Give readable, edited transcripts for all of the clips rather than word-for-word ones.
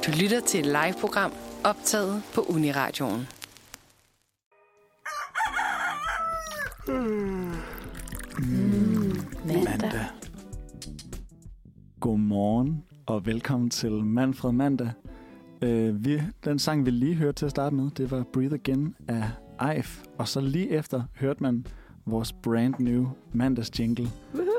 Du lytter til et live-program optaget på Uniradioen. Mandag. Godmorgen og velkommen til Manfred Mandag. Den sang, vi lige hørte til at starte med, det var Breathe Again af Eif. Og så lige efter hørte man vores brand new mandags jingle.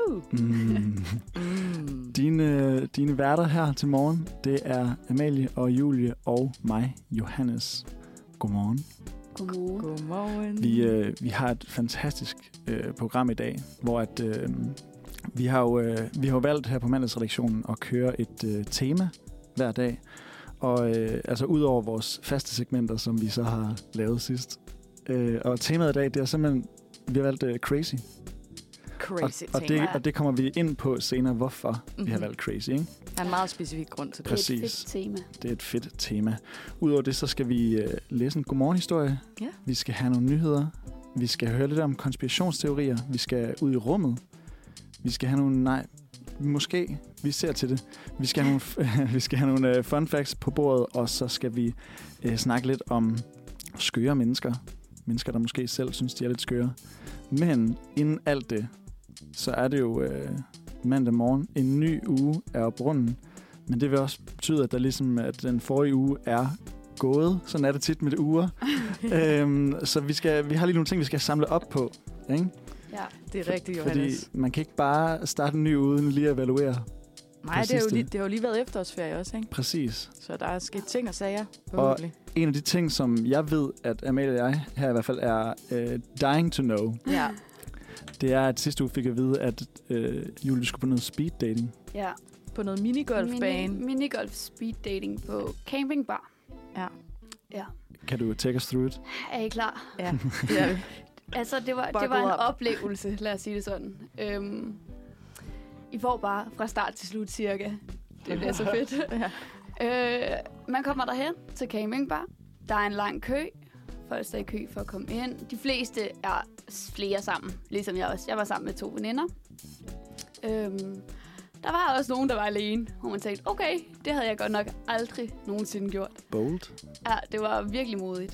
Dine værter her til morgen, det er Amalie og Julie og mig, Johannes. Godmorgen. Godmorgen. Vi har et fantastisk program i dag, hvor at, vi har jo valgt her på mandagsredaktionen at køre et tema hver dag. Og altså ud over vores faste segmenter, som vi så har lavet sidst. Og temaet i dag, det er simpelthen, vi har valgt crazy. Crazy og det kommer vi ind på senere, hvorfor vi har valgt crazy, ikke? Der er en meget specifik grund til det. Præcis. Det er et fedt tema. Det er et fedt tema. Udover det, så skal vi læse en godmorgenhistorie. Ja. Vi skal have nogle nyheder. Vi skal høre lidt om konspirationsteorier. Vi skal ud i rummet. Vi skal have nogle... Måske. Vi ser til det. Vi skal have nogle fun facts på bordet, og så skal vi snakke lidt om skøre mennesker. Mennesker, der måske selv synes, de er lidt skøre. Men inden alt det, så er det jo mandag morgen. En ny uge er op runden. Men det vil også betyde, at der ligesom, at den forrige uge er gået. Sådan er det tit med det uger. Så vi har lige nogle ting, vi skal samle op på. Ikke? Ja, det er rigtigt, Johannes. Fordi man kan ikke bare starte en ny uden lige at evaluere. Nej, det har jo lige været efterårsferie også, ikke? Præcis. Så der er sket ting og sager, forhåbentlig. Og en af de ting, som jeg ved, at Amalie og jeg her i hvert fald er dying to know, det er, at sidste uge fik jeg at vide, at Julie skulle på noget speed dating. Ja. På noget minigolfbane. Minigolf speed dating på campingbar. Ja. Kan du take us through it? Er I klar? Ja, det er vi. Altså, det var en oplevelse, lad os sige det sådan. I får bare fra start til slut cirka. Det bliver så fedt. Man kommer derhen til campingbar. Der er en lang kø. Folk står i kø for at komme ind. De fleste er flere sammen, ligesom jeg også. Jeg var sammen med 2 veninder. Der var også nogen, der var alene, hvor man tænkte, okay, det havde jeg godt nok aldrig nogensinde gjort. Bold. Ja, det var virkelig modigt.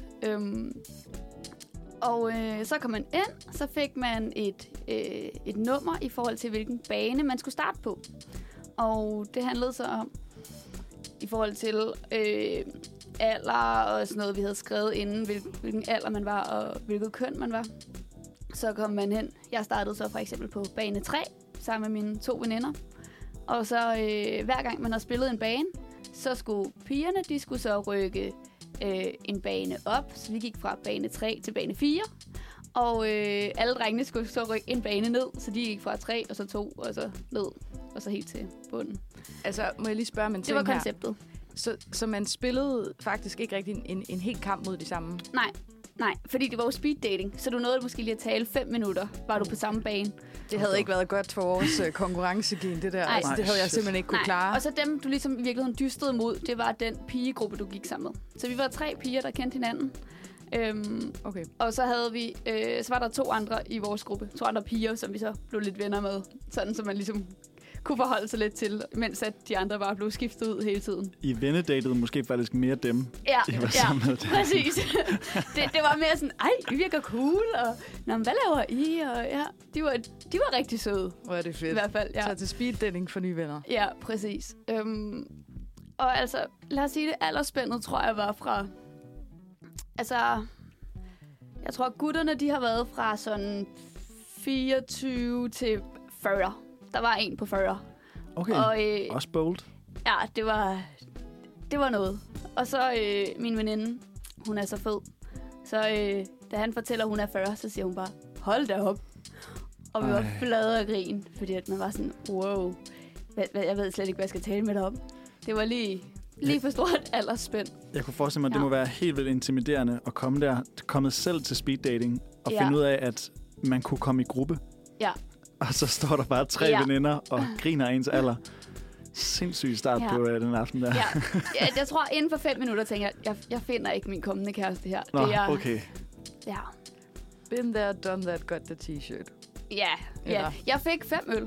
Og så kom man ind, så fik man et nummer i forhold til, hvilken bane man skulle starte på. Og det handlede så om, i forhold til alder og sådan noget, vi havde skrevet inden, hvilken alder man var og hvilket køn man var. Så kom man hen. Jeg startede så for eksempel på bane 3, sammen med mine 2 veninder. Og så hver gang man har spillet en bane, så skulle pigerne, de skulle så rykke en bane op, så vi gik fra bane 3 til bane 4, og alle drengene skulle så rykke en bane ned, så de gik fra 3, og så 2, og så ned, og så helt til bunden. Altså, må jeg lige spørge mig en Det ting var konceptet. Så man spillede faktisk ikke rigtig en helt kamp mod de samme? Nej, fordi det var jo speed dating, så du nåede måske lige at tale 5 minutter, var du på samme bane. Det havde ikke været godt for vores konkurrencegen, det der. Altså, det havde jeg simpelthen ikke kunne klare. Og så dem, du ligesom i virkeligheden dystede mod, det var den pigegruppe, du gik sammen med. Så vi var 3 piger, der kendte hinanden. Okay. Og så havde vi, så var der 2 andre i vores gruppe, 2 andre piger, som vi så blev lidt venner med, sådan så man ligesom kunne forholde sig lidt til, mens at de andre bare blev skiftet ud hele tiden. I vennedatede måske faktisk mere dem, I var sammen med. Præcis. det var mere sådan, ej, I virker cool, og hvad laver I? Og ja, de var rigtig søde. Hvor er det fedt. I hvert fald, ja. Så til speed dating for nye venner. Ja, præcis. Og altså, lad os sige det, aldersspændet tror jeg var fra, altså, jeg tror gutterne, de har været fra sådan 24 til 40. Der var en på 40. Okay, og, også bold. Ja, det var noget. Og så min veninde, hun er så fed. Så da han fortæller, hun er 40, så siger hun bare, hold da op. Og vi var flade og grin, fordi at man var sådan, wow, jeg ved slet ikke, hvad jeg skal tale med dig om. Det var lige for stort aldersspænd. Jeg kunne forestille mig, at det må være helt vildt intimiderende at komme selv til speed dating og finde ud af, at man kunne komme i gruppe. Ja. Og så står der bare 3 veninder og griner ens alder. Sindssygt start på den aften der. Ja, jeg tror, inden for 5 minutter tænker jeg finder ikke min kommende kæreste her. Nå, okay. Ja. Been there, done that, got the t-shirt. Ja. Jeg fik 5 øl.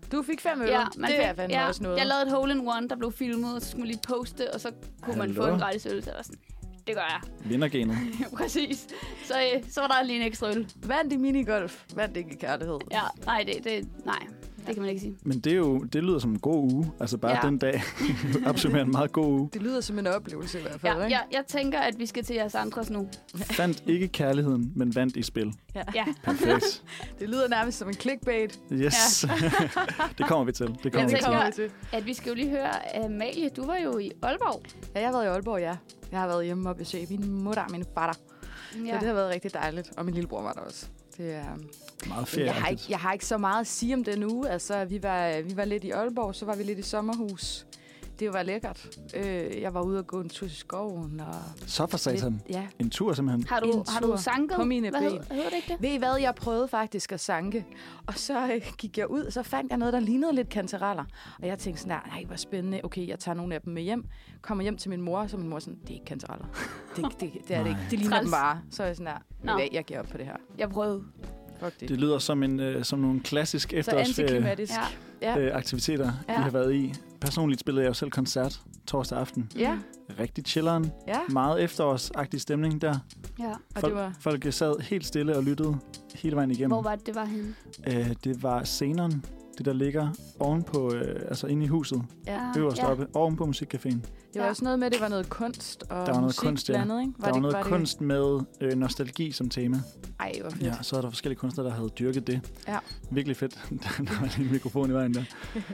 Du fik 5 øl. Ja, det er fandme også noget. Jeg lavede et hole-in-one, der blev filmet, og så skulle lige poste, og så kunne man få en gratis øl. Så jeg var sådan, det gør jeg. Vindergenet. Præcis. Så var der lige en ekstra øl. Vandt i minigolf. Vandt ikke i kærlighed. Ja, nej, det kan man ikke sige. Men det lyder som en god uge. Altså bare den dag. Opsummerer en meget god uge. Det lyder som en oplevelse i hvert fald, ja, ikke? Jeg tænker, at vi skal til jeres andres nu. Fandt ikke kærligheden, men vandt i spil. Ja. Perfekt. Det lyder nærmest som en clickbait. Yes. Ja. Det kommer vi til. Jeg tænker, at vi skal jo lige høre, Amalie, du var jo i Aalborg. Ja, jeg har været i Aalborg, ja. Jeg har været hjemme og besøgt min mutter og min fatter. Ja. Så det har været rigtig dejligt. Og min lillebror var der også. Det er meget ferie. Jeg har ikke så meget at sige om den uge. Altså, vi var lidt i Aalborg, så var vi lidt i sommerhus. Det var lækkert. Jeg var ude og gå en tur i skoven. Og så for satan. Ja. En tur simpelthen. Har du sanket? På mine ben. Hedder det ikke det? Ved I hvad? Jeg prøvede faktisk at sanke. Og så gik jeg ud, og så fandt jeg noget, der lignede lidt kantareller. Og jeg tænkte sådan, nej, hvor spændende. Okay, jeg tager nogle af dem med hjem. Kommer hjem til min mor, så min mor sådan, det er ikke kantareller. Det er det ikke. Det ligner dem bare. Så er jeg sådan, jeg giver op på det her. Jeg prøvede. Det lyder som nogle klassisk efterårsferie aktiviteter, vi har været i. Personligt spillede jeg jo selv koncert torsdag aften. Ja. Rigtig chilleren. Ja. Meget efterårsagtig stemning der. Ja. Folk sad helt stille og lyttede hele vejen igennem. Hvor var det var henne? Det var sceneren, det der ligger ovenpå, altså inde i huset. Ja. Øverst oppe, ovenpå Musikcaféen. Det var også noget med, det var noget kunst og der var musik kunst, blandet, ikke? Der var noget kunst med nostalgi som tema. Ej, hvor fedt. Ja, så er der forskellige kunstnere, der havde dyrket det. Ja. Virkelig fedt. Der var en mikrofon i vejen der.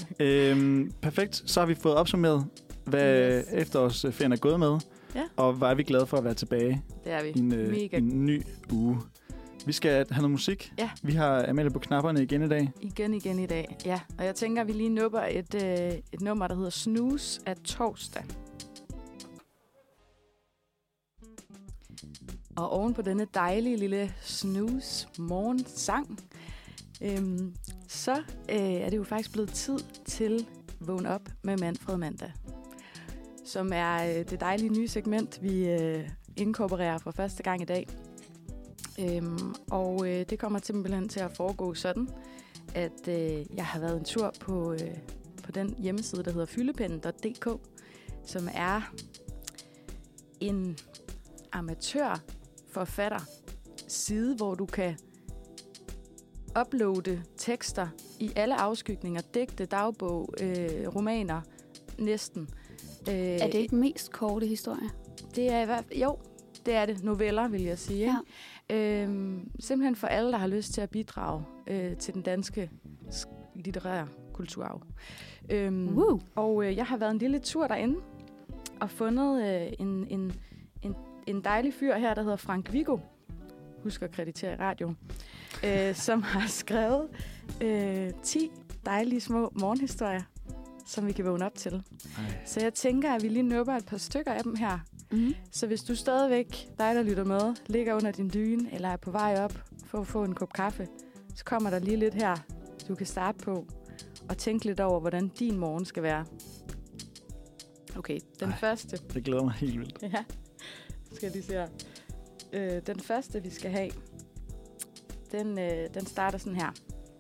Perfekt. Så har vi fået opsummeret, hvad efterårsferien er gået med. Ja. Og hvor er vi glade for at være tilbage. Det er vi. I en ny uge. Vi skal have noget musik. Ja. Vi har Amalie på knapperne igen i dag. Igen i dag, ja. Og jeg tænker, at vi lige nupper et nummer, der hedder Snooze af Torsdag. Og oven på denne dejlige lille snooze morgensang, så er det jo faktisk blevet tid til Vågn op med Manfred Mandag, som er det dejlige nye segment, vi inkorporerer for første gang i dag. Og det kommer simpelthen til at foregå sådan, at jeg har været en tur på den hjemmeside, der hedder fyldepennen.dk, som er en amatørforfatter side, hvor du kan uploade tekster i alle afskygninger, digte, dagbog, romaner, næsten. Er det ikke mest korte historier? Det er i hvert fald, jo, det er det. Noveller, vil jeg sige. Ja. Simpelthen for alle, der har lyst til at bidrage til den danske litterære kulturarv. Og jeg har været en lille tur derinde og fundet en dejlig fyr her, der hedder Frank Viggo. Husk at kreditere i radioen. Som har skrevet 10 dejlige små morgenhistorier, som vi kan vågne op til. Så jeg tænker, at vi lige nupper et par stykker af dem her. Mm-hmm. Så hvis du stadigvæk, dig der lytter med, ligger under din dyne, eller er på vej op for at få en kop kaffe, så kommer der lige lidt her, du kan starte på, og tænke lidt over, hvordan din morgen skal være. Okay, den første. Det glæder mig helt vildt. Ja, skal jeg lige se her. Den første, vi skal have, den starter sådan her.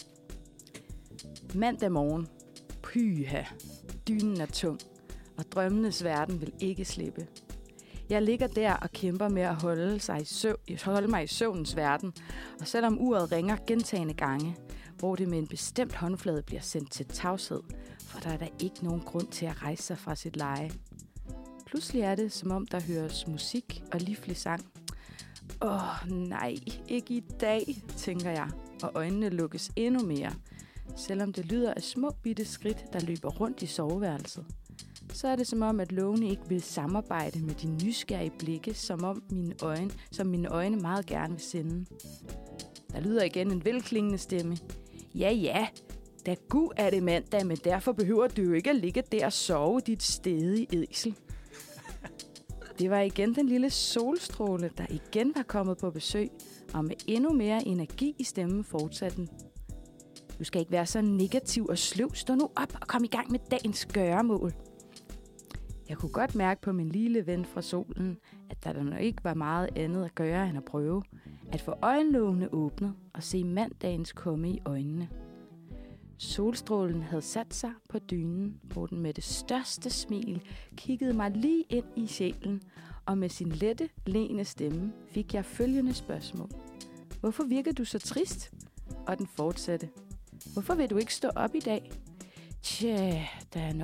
Mandag morgen. Pyha. Dynen er tung, og drømmenes verden vil ikke slippe. Jeg ligger der og kæmper med at holde mig i søvnens verden, og selvom uret ringer gentagne gange, hvor det med en bestemt håndflade bliver sendt til tavshed, for der er der ikke nogen grund til at rejse sig fra sit leje. Pludselig er det, som om der høres musik og livlig sang. Nej, ikke i dag, tænker jeg, og øjnene lukkes endnu mere, selvom det lyder af små bitte skridt, der løber rundt i soveværelset. Så er det som om, at lovene ikke vil samarbejde med de nysgerrige blikke, som mine øjne meget gerne vil sende. Der lyder igen en velklingende stemme. Ja, da gud er det mandag, men derfor behøver du jo ikke at ligge der og sove dit stedige æsel. Det var igen den lille solstråle, der igen var kommet på besøg, og med endnu mere energi i stemmen fortsatte den. Du skal ikke være så negativ og sløv. Stå nu op og kom i gang med dagens gøremål. Jeg kunne godt mærke på min lille ven fra solen, at der nok ikke var meget andet at gøre end at prøve at få øjenlågene åbnet og se mandagens komme i øjnene. Solstrålen havde sat sig på dynen, hvor den med det største smil kiggede mig lige ind i sjælen, og med sin lette, leende stemme fik jeg følgende spørgsmål. Hvorfor virker du så trist? Og den fortsatte. Hvorfor vil du ikke stå op i dag? Tja, det er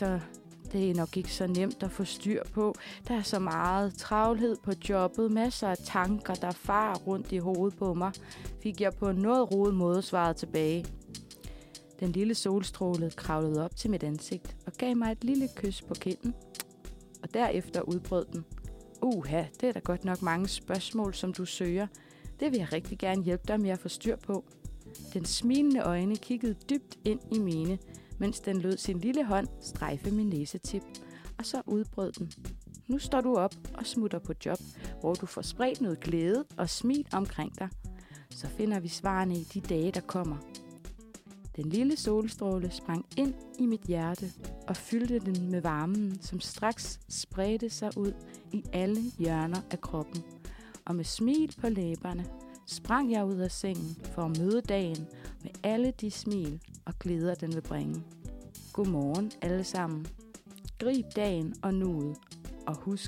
nok ikke så nemt at få styr på. Der er så meget travlhed på jobbet, masser af tanker, der farer rundt i hovedet på mig, fik jeg på en noget rodet måde svaret tilbage. Den lille solstråle kravlede op til mit ansigt og gav mig et lille kys på kinden. Og derefter udbrød den. Uha, det er da godt nok mange spørgsmål, som du søger. Det vil jeg rigtig gerne hjælpe dig med at få styr på. Den smilende øjne kiggede dybt ind i mine, mens den lod sin lille hånd strejfe min næsetip. Og så udbrød den. Nu står du op og smutter på job, hvor du får spredt noget glæde og smil omkring dig. Så finder vi svarene i de dage, der kommer. Den lille solstråle sprang ind i mit hjerte og fyldte den med varmen, som straks spredte sig ud i alle hjørner af kroppen. Og med smil på læberne sprang jeg ud af sengen for at møde dagen med alle de smil og glæder, den vil bringe. Godmorgen alle sammen. Grib dagen og nuet, og husk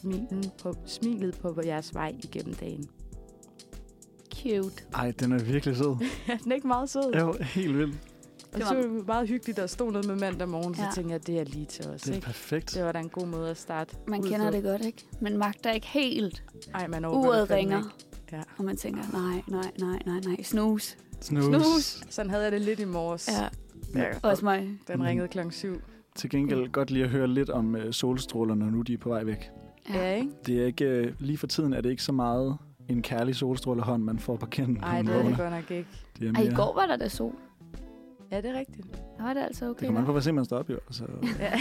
smilet på jeres vej igennem dagen. Cute. Ej, den er virkelig sød. Ja, den er ikke meget sød. Jo, helt vildt. Og så var det meget hyggeligt, at stå noget med mandag morgen, så tænkte jeg, at det er lige til os. Det er perfekt. Det var da en god måde at starte. Man kender det godt, ikke? Man magter ikke helt. Ej, man uret ringer. Ja. Og man tænker, nej. Snus. Sådan havde jeg det lidt i morges. Ja. Også mig. Den ringede 7:00. Til gengæld godt lige at høre lidt om solstrålerne, når nu de er på vej væk. Ja, ikke? Det er ikke, lige for tiden er det ikke så meget en kærlig solstrålehånd, man får på kinden. Nej, det er det godt nok ikke. Ej, i går var der da sol. Ja, det er rigtigt. Der var det altså okay. Det kan man få, hvad man står op i. Så. Ja.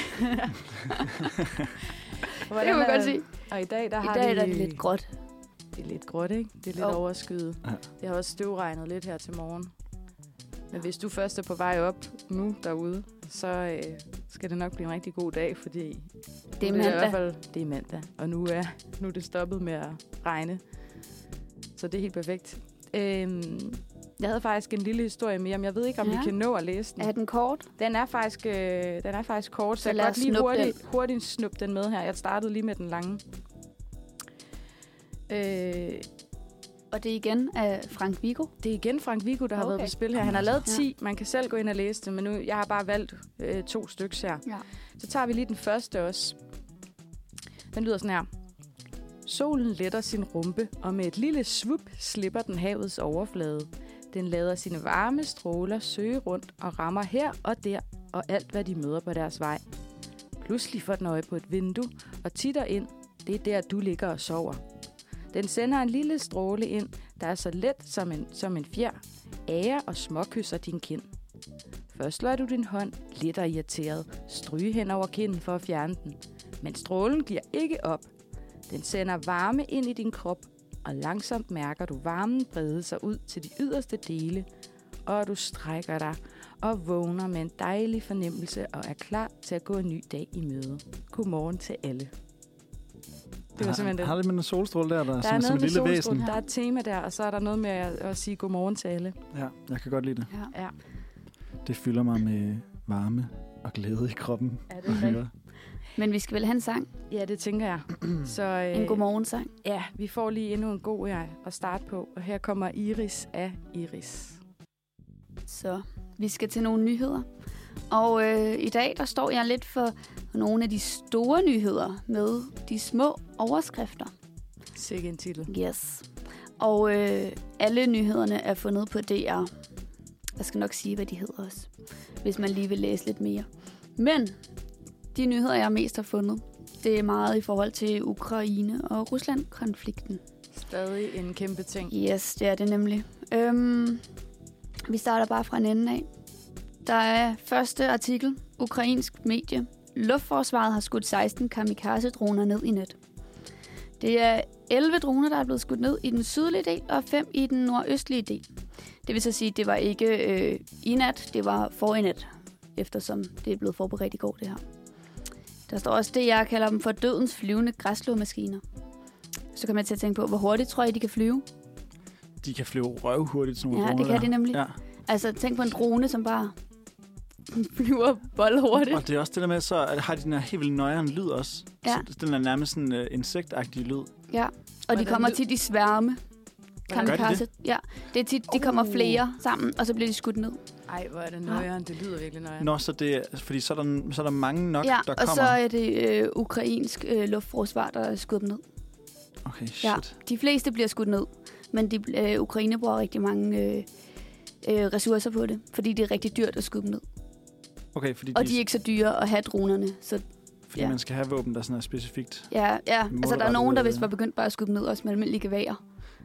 Det kan man godt sige. Og i dag, er det lidt gråt. Det er lidt gråt, ikke? Det er lidt overskyet. Ja. Det har også støvregnet lidt her til morgen. Men hvis du først er på vej op nu derude, så skal det nok blive en rigtig god dag, fordi det er mandag. I hvert fald, det er mandag, og nu er det stoppet med at regne. Så det er helt perfekt. Jeg havde faktisk en lille historie med, men jeg ved ikke, om vi kan nå at læse den. Er den kort? Den er faktisk kort, så jeg kan godt lige hurtigt snuppe den med her. Jeg startede lige med den lange. Og det er igen af Frank Viggo? Det er igen Frank Viggo, der har været på spil her. Han har lavet 10. Man kan selv gå ind og læse det, men nu jeg har bare valgt 2 stykker her. Ja. Så tager vi lige den første også. Den lyder sådan her. Solen letter sin rumpe, og med et lille svup slipper den havets overflade. Den lader sine varme stråler søge rundt og rammer her og der og alt, hvad de møder på deres vej. Pludselig får den øje på et vindue og titter ind. Det er der, du ligger og sover. Den sender en lille stråle ind, der er så let som en fjer, ærer og småkysser din kind. Først lader du din hånd lidt og irriteret stryge hen over kinden for at fjerne den. Men strålen giver ikke op. Den sender varme ind i din krop, og langsomt mærker du varmen brede sig ud til de yderste dele, og du strækker dig og vågner med en dejlig fornemmelse og er klar til at gå en ny dag i møde. Godmorgen til alle. Det var simpelthen det. Har det med en solstråle der er som et lille væsen? Der er et tema der, og så er der noget med at sige godmorgen til alle. Ja, jeg kan godt lide det. Ja. Det fylder mig med varme og glæde i kroppen. Ja, det er rigtigt. Men vi skal vel have en sang? Ja, det tænker jeg. Så, en godmorgensang? Ja, vi får lige endnu en god at starte på. Og her kommer Iris af Iris. Så vi skal til nogle nyheder. Og i dag, der står jeg lidt for nogle af de store nyheder med de små overskrifter. Sikke en titel. Yes. Og alle nyhederne er fundet på DR. Jeg skal nok sige, hvad de hedder også, hvis man lige vil læse lidt mere. Men de nyheder, jeg mest har fundet, det er meget i forhold til Ukraine- og Rusland-konflikten. Stadig en kæmpe ting. Yes, det er det nemlig. Vi starter bare fra en ende af. Der er første artikel, ukrainsk medie. Luftforsvaret har skudt 16 kamikaze-droner ned i nat. Det er 11 droner, der er blevet skudt ned i den sydlige del, og 5 i den nordøstlige del. Det vil så sige, at det var ikke i nat, det var for i nat, eftersom det er blevet forberedt i går, det her. Der står også det, jeg kalder dem for dødens flyvende græsslåmaskiner. Så kan man til at tænke på, hvor hurtigt tror I, de kan flyve? De kan flyve røvhurtigt, sådan nogle droner. Ja, det kan de nemlig. Ja. Altså, tænk på en drone, som bare Den flyver boldhurtigt. Og det er også det der med, så har de den her helt vildt nøjeren lyd også. Ja. Så den er nærmest sådan en insektagtig lyd. Ja, og de kommer tit i sværme. Kamikaze. Ja, det er tit, de kommer flere sammen, og så bliver de skudt ned. Ej, hvor er det nøjeren. Det lyder virkelig nøjeren. Nå, så det er, fordi så er der mange nok, ja, der kommer. og så er det ukrainsk luftforsvar, der skudt dem ned. Okay, shit. Ja, de fleste bliver skudt ned, men Ukraine bruger rigtig mange ressourcer på det, fordi det er rigtig dyrt at skyde dem ned. Okay, fordi og de er ikke så dyre at have dronerne. Så, fordi man skal have våben, der sådan er specifikt. Ja, altså der er nogen, der vist var begyndt bare at skyde dem ned, også med almindelige geværer.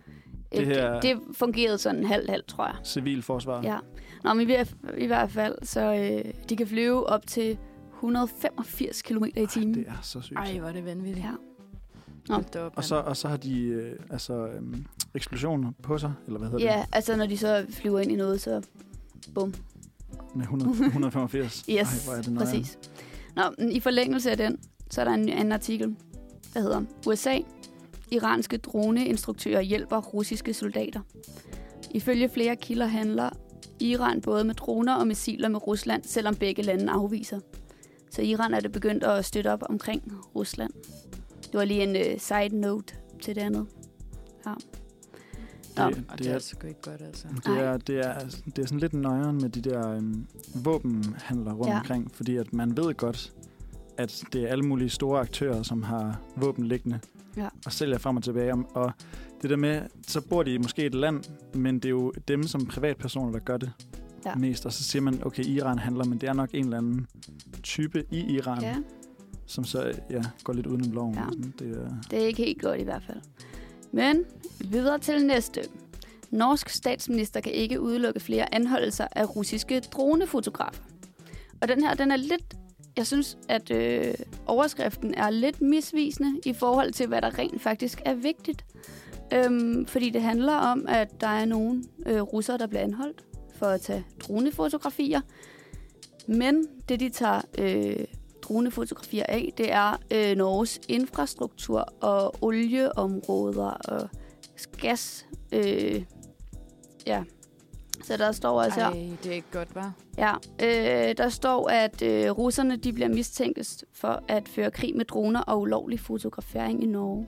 Det fungerede sådan halvt, tror jeg. Civilforsvar. Ja. Nå, men i hvert fald, så de kan flyve op til 185 km i timen. Det er så sygt. Ej, hvor er det vanvittigt. Ja. Og så har de eksplosioner på sig, eller hvad hedder det? Ja, altså når de så flyver ind i noget, så bum. Med 185? Yes, ej, hvor er det præcis. Nå, i forlængelse af den, så er der en anden artikel, der hedder USA. Iranske droneinstruktører hjælper russiske soldater. Ifølge flere kilder handler Iran både med droner og missiler med Rusland, selvom begge lande afviser. Så Iran er det begyndt at støtte op omkring Rusland. Det var lige en side note til det andet. Ja. Det er sgu ikke godt, altså. Det er sådan lidt nøjeren med de der våbenhandler rundt omkring, fordi at man ved godt, at det er alle mulige store aktører, som har våben liggende og sælger frem og tilbage. Og det der med, så bor de måske i et land, men det er jo dem som privatpersoner, der gør det mest. Og så siger man, okay, Iran handler, men det er nok en eller anden type i Iran, som så går lidt udenom loven. Ja. Sådan. Det er ikke helt godt i hvert fald. Men videre til næste. Norsk statsminister kan ikke udelukke flere anholdelser af russiske dronefotografer. Og den er lidt... Jeg synes, at overskriften er lidt misvisende i forhold til, hvad der rent faktisk er vigtigt. Fordi det handler om, at der er nogle russere, der bliver anholdt for at tage dronefotografier. Men det, de tager dronefotografier af, det er Norges infrastruktur og olieområder og gas. Så der står altså... Ej, det er ikke godt, hva'? Ja, der står, at russerne de bliver mistænkes for at føre krig med droner og ulovlig fotografering i Norge.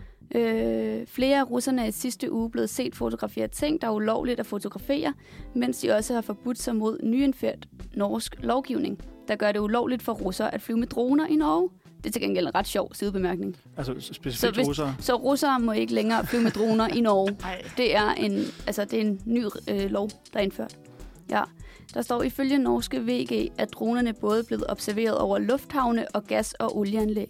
Flere af russerne er i sidste uge blevet set fotografere ting, der er ulovligt at fotografere, mens de også har forbudt sig mod nyindført norsk lovgivning, der gør det ulovligt for russere at flyve med droner i Norge. Det er til gengæld en ret sjov sidebemærkning. Altså specifikt russere? Så russere må ikke længere flyve med droner i Norge. Det er en ny lov, der er indført. Ja. Der står ifølge norske VG, at dronerne både er blevet observeret over lufthavne og gas- og olieanlæg.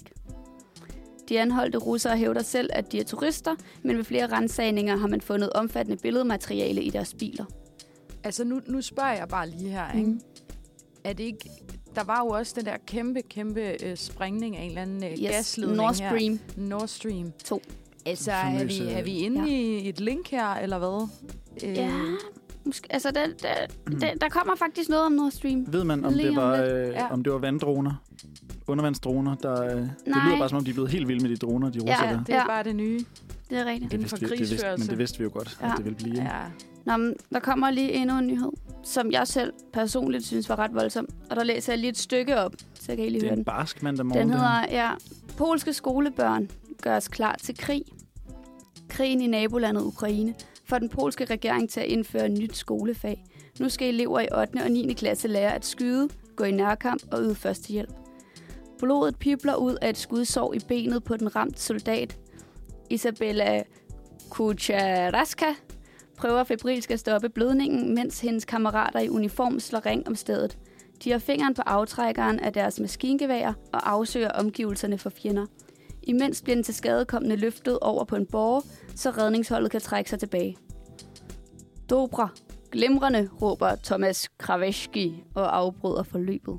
De anholdte russere hævder selv, at de er turister, men ved flere ransagninger har man fundet omfattende billedmateriale i deres biler. Altså nu spørger jeg bare lige her, ikke? Er det ikke... Der var jo også den der kæmpe sprængning af en eller anden gasledning her. Nord Stream 2. Altså, er vi inde i et link her, eller hvad? Ja, måske. Altså, der kommer faktisk noget om Nord Stream. Ved man, om det var, om det var vanddroner? Undervandsdroner? Det lyder bare, som om de er blevet helt vilde med de droner, de russer der. Det er bare det nye. Det er rigtigt. Men det vidste vi jo godt, at det ville blive. Ja. Nå, men der kommer lige endnu en nyhed, som jeg selv personligt synes var ret voldsom. Og der læser jeg lige et stykke op, så jeg kan I lige høre den. Det er en barsk mandag morgen. Den hedder, polske skolebørn gøres klar til krig. Krigen i nabolandet Ukraine får den polske regering til at indføre et nyt skolefag. Nu skal elever i 8. og 9. klasse lære at skyde, gå i nærkamp og yde førstehjælp. Blodet pibler ud af et skudsår i benet på den ramte soldat. Isabella Kucharaska prøver febrilsk at stoppe blødningen, mens hendes kammerater i uniform slår ring om stedet. De har fingeren på aftrækkeren af deres maskingeværer og afsøger omgivelserne for fjender. Imens bliver den til skadekommende løftet over på en borger, så redningsholdet kan trække sig tilbage. Dobra, glimrende, råber Thomas Kraveski og afbryder forløbet.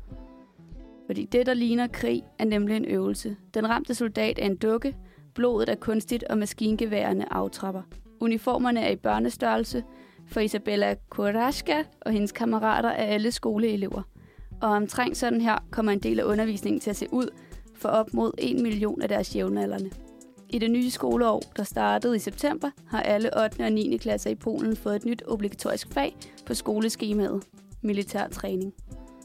Fordi det, der ligner krig, er nemlig en øvelse. Den ramte soldat er en dukke, blodet er kunstigt og maskingeværerne aftrapper. Uniformerne er i børnestørrelse, for Isabella Kuraska og hendes kammerater er alle skoleelever. Og omtrent sådan her kommer en del af undervisningen til at se ud for op mod 1 million af deres jævnaldrende. I det nye skoleår, der startede i september, har alle 8. og 9. klasser i Polen fået et nyt obligatorisk fag på skoleskemaet. Militær træning.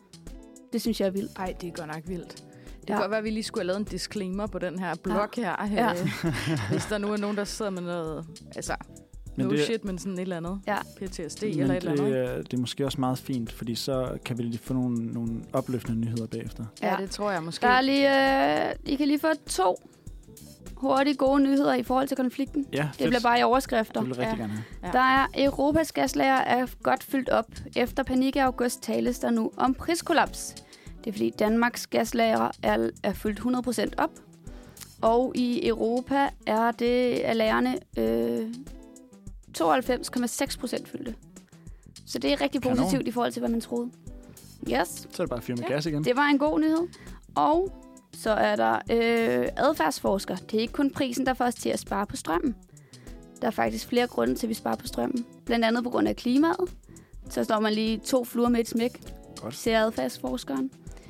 Det synes jeg er vildt. Ej, det er godt nok vildt. Det kan godt være, at vi lige skulle have lavet en disclaimer på den her blog her. Ja. Hvis der nu er nogen, der sidder med noget... Altså, Men men sådan et eller andet. Ja. PTSD eller et eller andet. Det er måske også meget fint, fordi så kan vi lige få nogle opløftende nyheder bagefter. Ja, det tror jeg måske. Der er lige, I kan lige få 2 hurtige gode nyheder i forhold til konflikten. Ja, fedt. Det bliver bare i overskrifter. Det vil rigtig gerne have. Ja. Der er Europas gaslager er godt fyldt op. Efter panik i august tales der nu om priskollaps. Det er fordi Danmarks gaslager er fyldt 100% op. Og i Europa er lagerne 92,6% fyldte. Så det er rigtig positivt i forhold til, hvad man troede. Yes. Så er det bare fyre med gas igen. Det var en god nyhed. Og så er der adfærdsforskere. Det er ikke kun prisen, der får os til at spare på strømmen. Der er faktisk flere grunde til, at vi sparer på strømmen. Blandt andet på grund af klimaet. Så står man lige 2 fluer med et smæk. Godt. Ser adfærdsforskeren.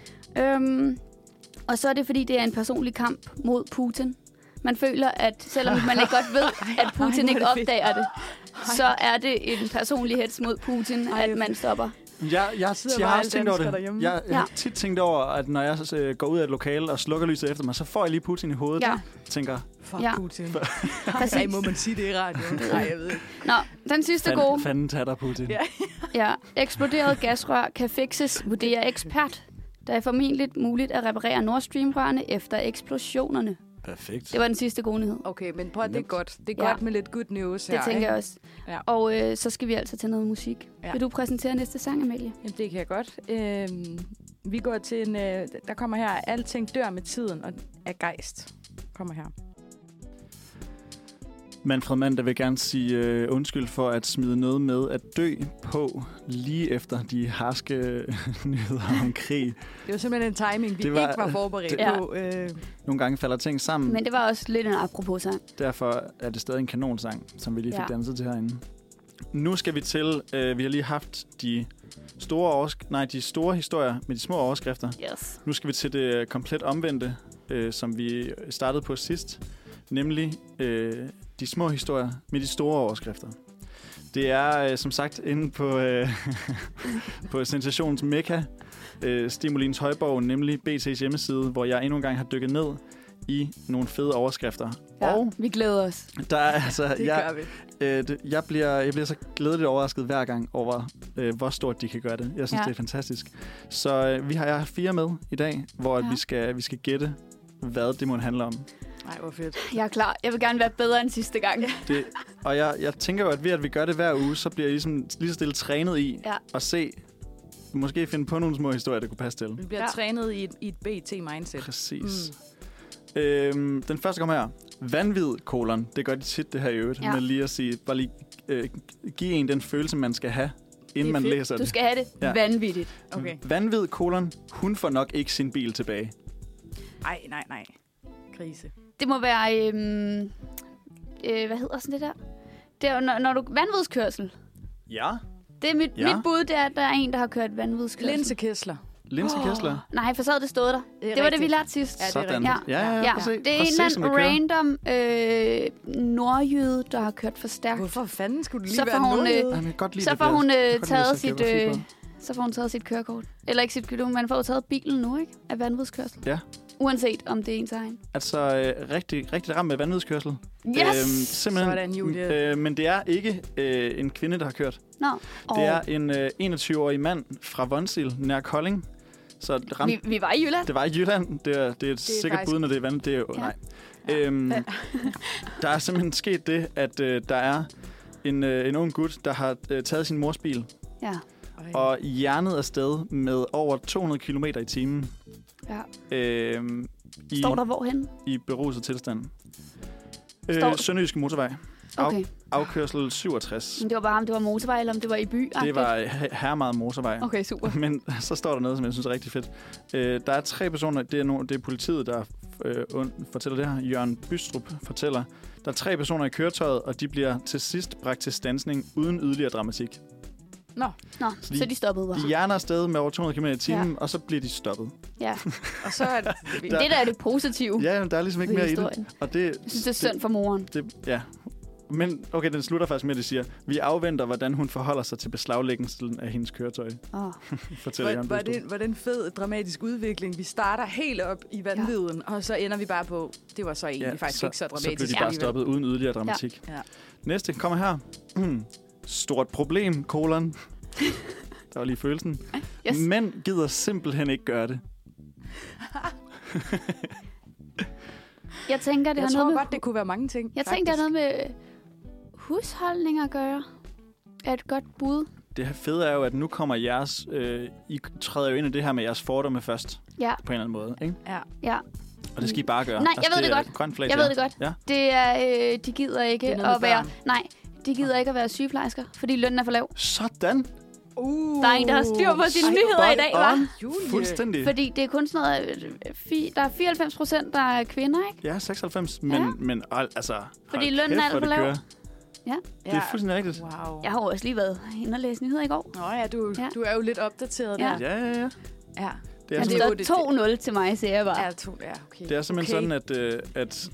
Og så er det, fordi det er en personlig kamp mod Putin. Man føler, at selvom man ikke godt ved, at Putin ikke opdager det, så er det en personlig hets mod Putin, at man stopper. Jeg har også tænkt over det. Jeg har tit tænkt over, at når jeg går ud af et lokale og slukker lyset efter mig, så får jeg lige Putin i hovedet. Ja. Jeg tænker, fuck Putin. Præcis. Må man sige det i radioen? Nej, jeg ved ikke. Nå, den sidste gode. Fanden tager dig, Putin. Ja, eksploderet gasrør kan fikses, vurderer ekspert. Der er formentlig muligt at reparere Nord Stream-rørene efter eksplosionerne. Perfekt. Det var den sidste gode nyhed. Okay, men prøv at det er godt. Det er godt med lidt good news her. Det tænker jeg også. Ja. Og så skal vi altså til noget musik. Ja. Vil du præsentere næste sang, Amalie? Jamen, det kan jeg godt. Vi går til en... der kommer her, alting dør med tiden, og er gejst. Kommer her. Manfred Mann, der vil gerne sige undskyld for at smide noget med at dø på lige efter de harske nyheder om krig. Det var simpelthen en timing, vi ikke var forberedt på. Nogle gange falder ting sammen. Men det var også lidt en apropos-sang. Derfor er det stadig en kanonsang, som vi lige fik danset til herinde. Nu skal vi til, vi har lige haft de store historier med de små overskrifter. Yes. Nu skal vi til det komplet omvendte, som vi startede på sidst. Nemlig de små historier med de store overskrifter. Det er som sagt inde på, på Sensations Mekka, Stimulins højborg, nemlig BT's hjemmeside, hvor jeg endnu en gang har dykket ned i nogle fede overskrifter. Ja, og vi glæder os. Der er, altså, det gør vi. Jeg bliver så glædeligt overrasket hver gang over, hvor stort de kan gøre det. Jeg synes, det er fantastisk. Så jeg har 4 med i dag, hvor vi skal gætte, hvad det må handle om. Nej, hvor fedt. Jeg er klar. Jeg vil gerne være bedre end sidste gang. Og jeg tænker jo, at ved at vi gør det hver uge, så bliver jeg ligesom lige så stille trænet i at se, måske finde på nogle små historier, der kunne passe til. Vi bliver trænet i et BT-mindset. Præcis. Den første kommer her. Vanvid, det gør de tit det her i øvrigt. Men lige at sige, bare lige give en den følelse, man skal have, inden man læser det. Du skal have det vanvittigt. Okay. Vanvid, hun får nok ikke sin bil tilbage. Nej. Krise. Det må være, hvad hedder sådan det der? Det er når du vanvidskørsel. Ja. Det er mit bud, det er, at der er en, der har kørt vanvidskørsel. Linse Kessler. Nej, for så havde det stået der. Det var det, vi lærte sidst. Ja, det er rigtigt. Ja. Det er en eller anden random nordjyde, der har kørt for stærkt. Hvorfor fanden skulle det lige være nordjyde? Så får hun taget sit kørekort. Eller ikke sit kørekort, man får taget bilen nu, ikke? Af vanvidskørsel. Ja. Uanset om det er ens egen. Altså rigtig ramt med vanvidskørsel. Yes! Simpelthen. Sådan, Julie. Men det er ikke en kvinde, der har kørt. Nå. Det er en 21-årig mand fra Vonsild, nær Kolding. Så vi var i Jylland. Det var i Jylland. Det er et sikkert bud, når det er vandet. Det er jo, nej. Der er simpelthen sket det, at der er en ung gut, der har taget sin mors bil. Ja. Og hjernet afsted med over 200 km i timen. Ja. Står der hvorhen? I beruset tilstand. Sønderjyske motorvej. Okay. Afkørsel 67. Men det var bare, om det var motorvej, eller om det var i by? Det var herremad motorvej. Okay, super. Men så står der noget, som jeg synes er rigtig fedt. Der er 3 personer, det er politiet, der fortæller det her. Jørgen Bystrup fortæller. Der er 3 personer i køretøjet, og de bliver til sidst bragt til standsning uden yderligere dramatik. Nå, så de stoppede bare. De hjerner afsted med over 200 km i timen, og så bliver de stoppet. Ja. Og så er det der er det positive. Ja, der er ligesom ikke mere i det. Og det. Jeg synes, det er synd for moren. Men okay, den slutter faktisk med, at de siger, vi afventer, hvordan hun forholder sig til beslaglæggelsen af hendes køretøj. Fortæller Jørgen Bødstrup. Var det en fed, dramatisk udvikling? Vi starter helt op i vanvittigheden, og så ender vi bare på, det var så egentlig faktisk ikke så dramatisk. Så blev de bare stoppet uden yderligere dramatik. Ja. Næste kommer her. Stort problem, kolon. Der var lige følelsen. Yes. Mænd gider simpelthen ikke gøre det. Jeg tænker, det har noget med... det kunne være mange ting. Jeg tænker, det har noget med husholdning at gøre. Er et godt bud. Det fede er jo, at nu kommer jeres... I træder jo ind i det her med jeres fordomme først. Ja. På en eller anden måde, ikke? Ja. Og det skal I bare gøre. Nej, jeg ved det godt. Grøn flag, jeg ved det godt. Ja. Det er... de gider ikke at være... Nej, de gider ikke at være sygeplejersker, fordi lønnen er for lav. Sådan. Der er en, der har styr på sine nyheder i dag, hva'? Fuldstændig. Fordi det er kun sådan noget... Der er 94%, der er kvinder, ikke? Ja, 96. Men altså... Fordi lønnen er alt for lav. Ja. Det er fuldstændig rigtigt. Wow. Jeg har også lige været inde og læse nyheder i går. Nå ja, du er jo lidt opdateret der. Ja. Det er 2-0 til mig, siger jeg bare. Ja, okay. Det er simpelthen sådan, at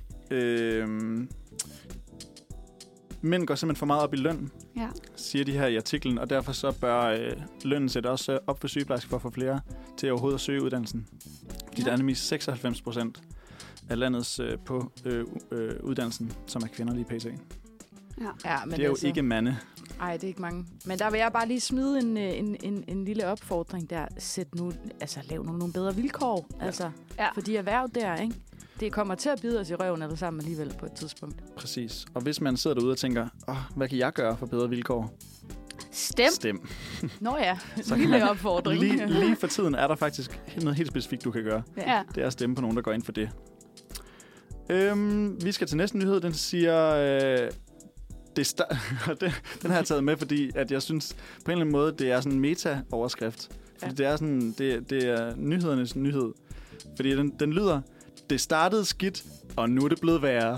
mænd går simpelthen for meget op i løn, siger de her i artiklen, og derfor så bør lønnen sætte også op for sygeplejersker for at få flere til overhovedet at søge uddannelsen. De der er nemlig 96% af landets på uddannelsen, som er kvinder lige pt. Ja, men det er jo ikke mande. Nej, det er ikke mange. Men der vil jeg bare lige smide en lille opfordring der. Lav nogle bedre vilkår for de erhverv der, ikke? Det kommer til at bide os i røven alle sammen alligevel på et tidspunkt. Præcis. Og hvis man sidder derude og tænker, hvad kan jeg gøre for bedre vilkår? Stem. Nå ja, så lille opfordring. Lige for tiden er der faktisk noget helt specifikt, du kan gøre. Ja. Det er at stemme på nogen, der går ind for det. Vi skal til næste nyhed. Den siger... den har jeg taget med, fordi at jeg synes på en eller anden måde, det er sådan en meta-overskrift. Fordi det er sådan, det er nyhedernes nyhed. Fordi den lyder, det startede skidt, og nu er det blevet værre.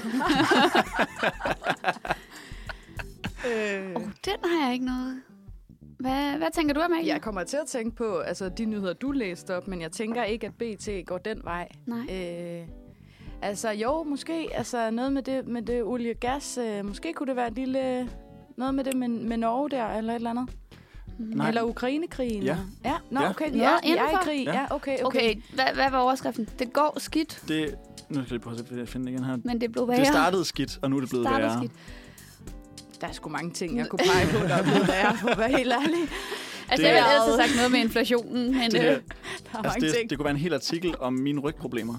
Den har jeg ikke noget. Hvad tænker du, Amalie? Jeg kommer til at tænke på de nyheder, du læste op, men jeg tænker ikke, at BT går den vej. Nej. Jo, måske. Noget med det olie og gas. Måske kunne det være et lille... Noget med det med Norge der, eller et eller andet. Nej. Eller Ukrainekrigen. Ja. Okay. Ja, jeg er i krig. Ja, okay. Hvad var overskriften? Det går skidt. Nu skal jeg lige prøve at finde det igen her. Men det blev værre. Det startede skidt, og nu er det blevet værre. Skidt. Der er sgu mange ting, jeg kunne pege på, der er blevet værre, for at være helt ærlig. Jeg har altid sagt noget med inflationen. Men det kunne være en hel artikel om mine rygproblemer.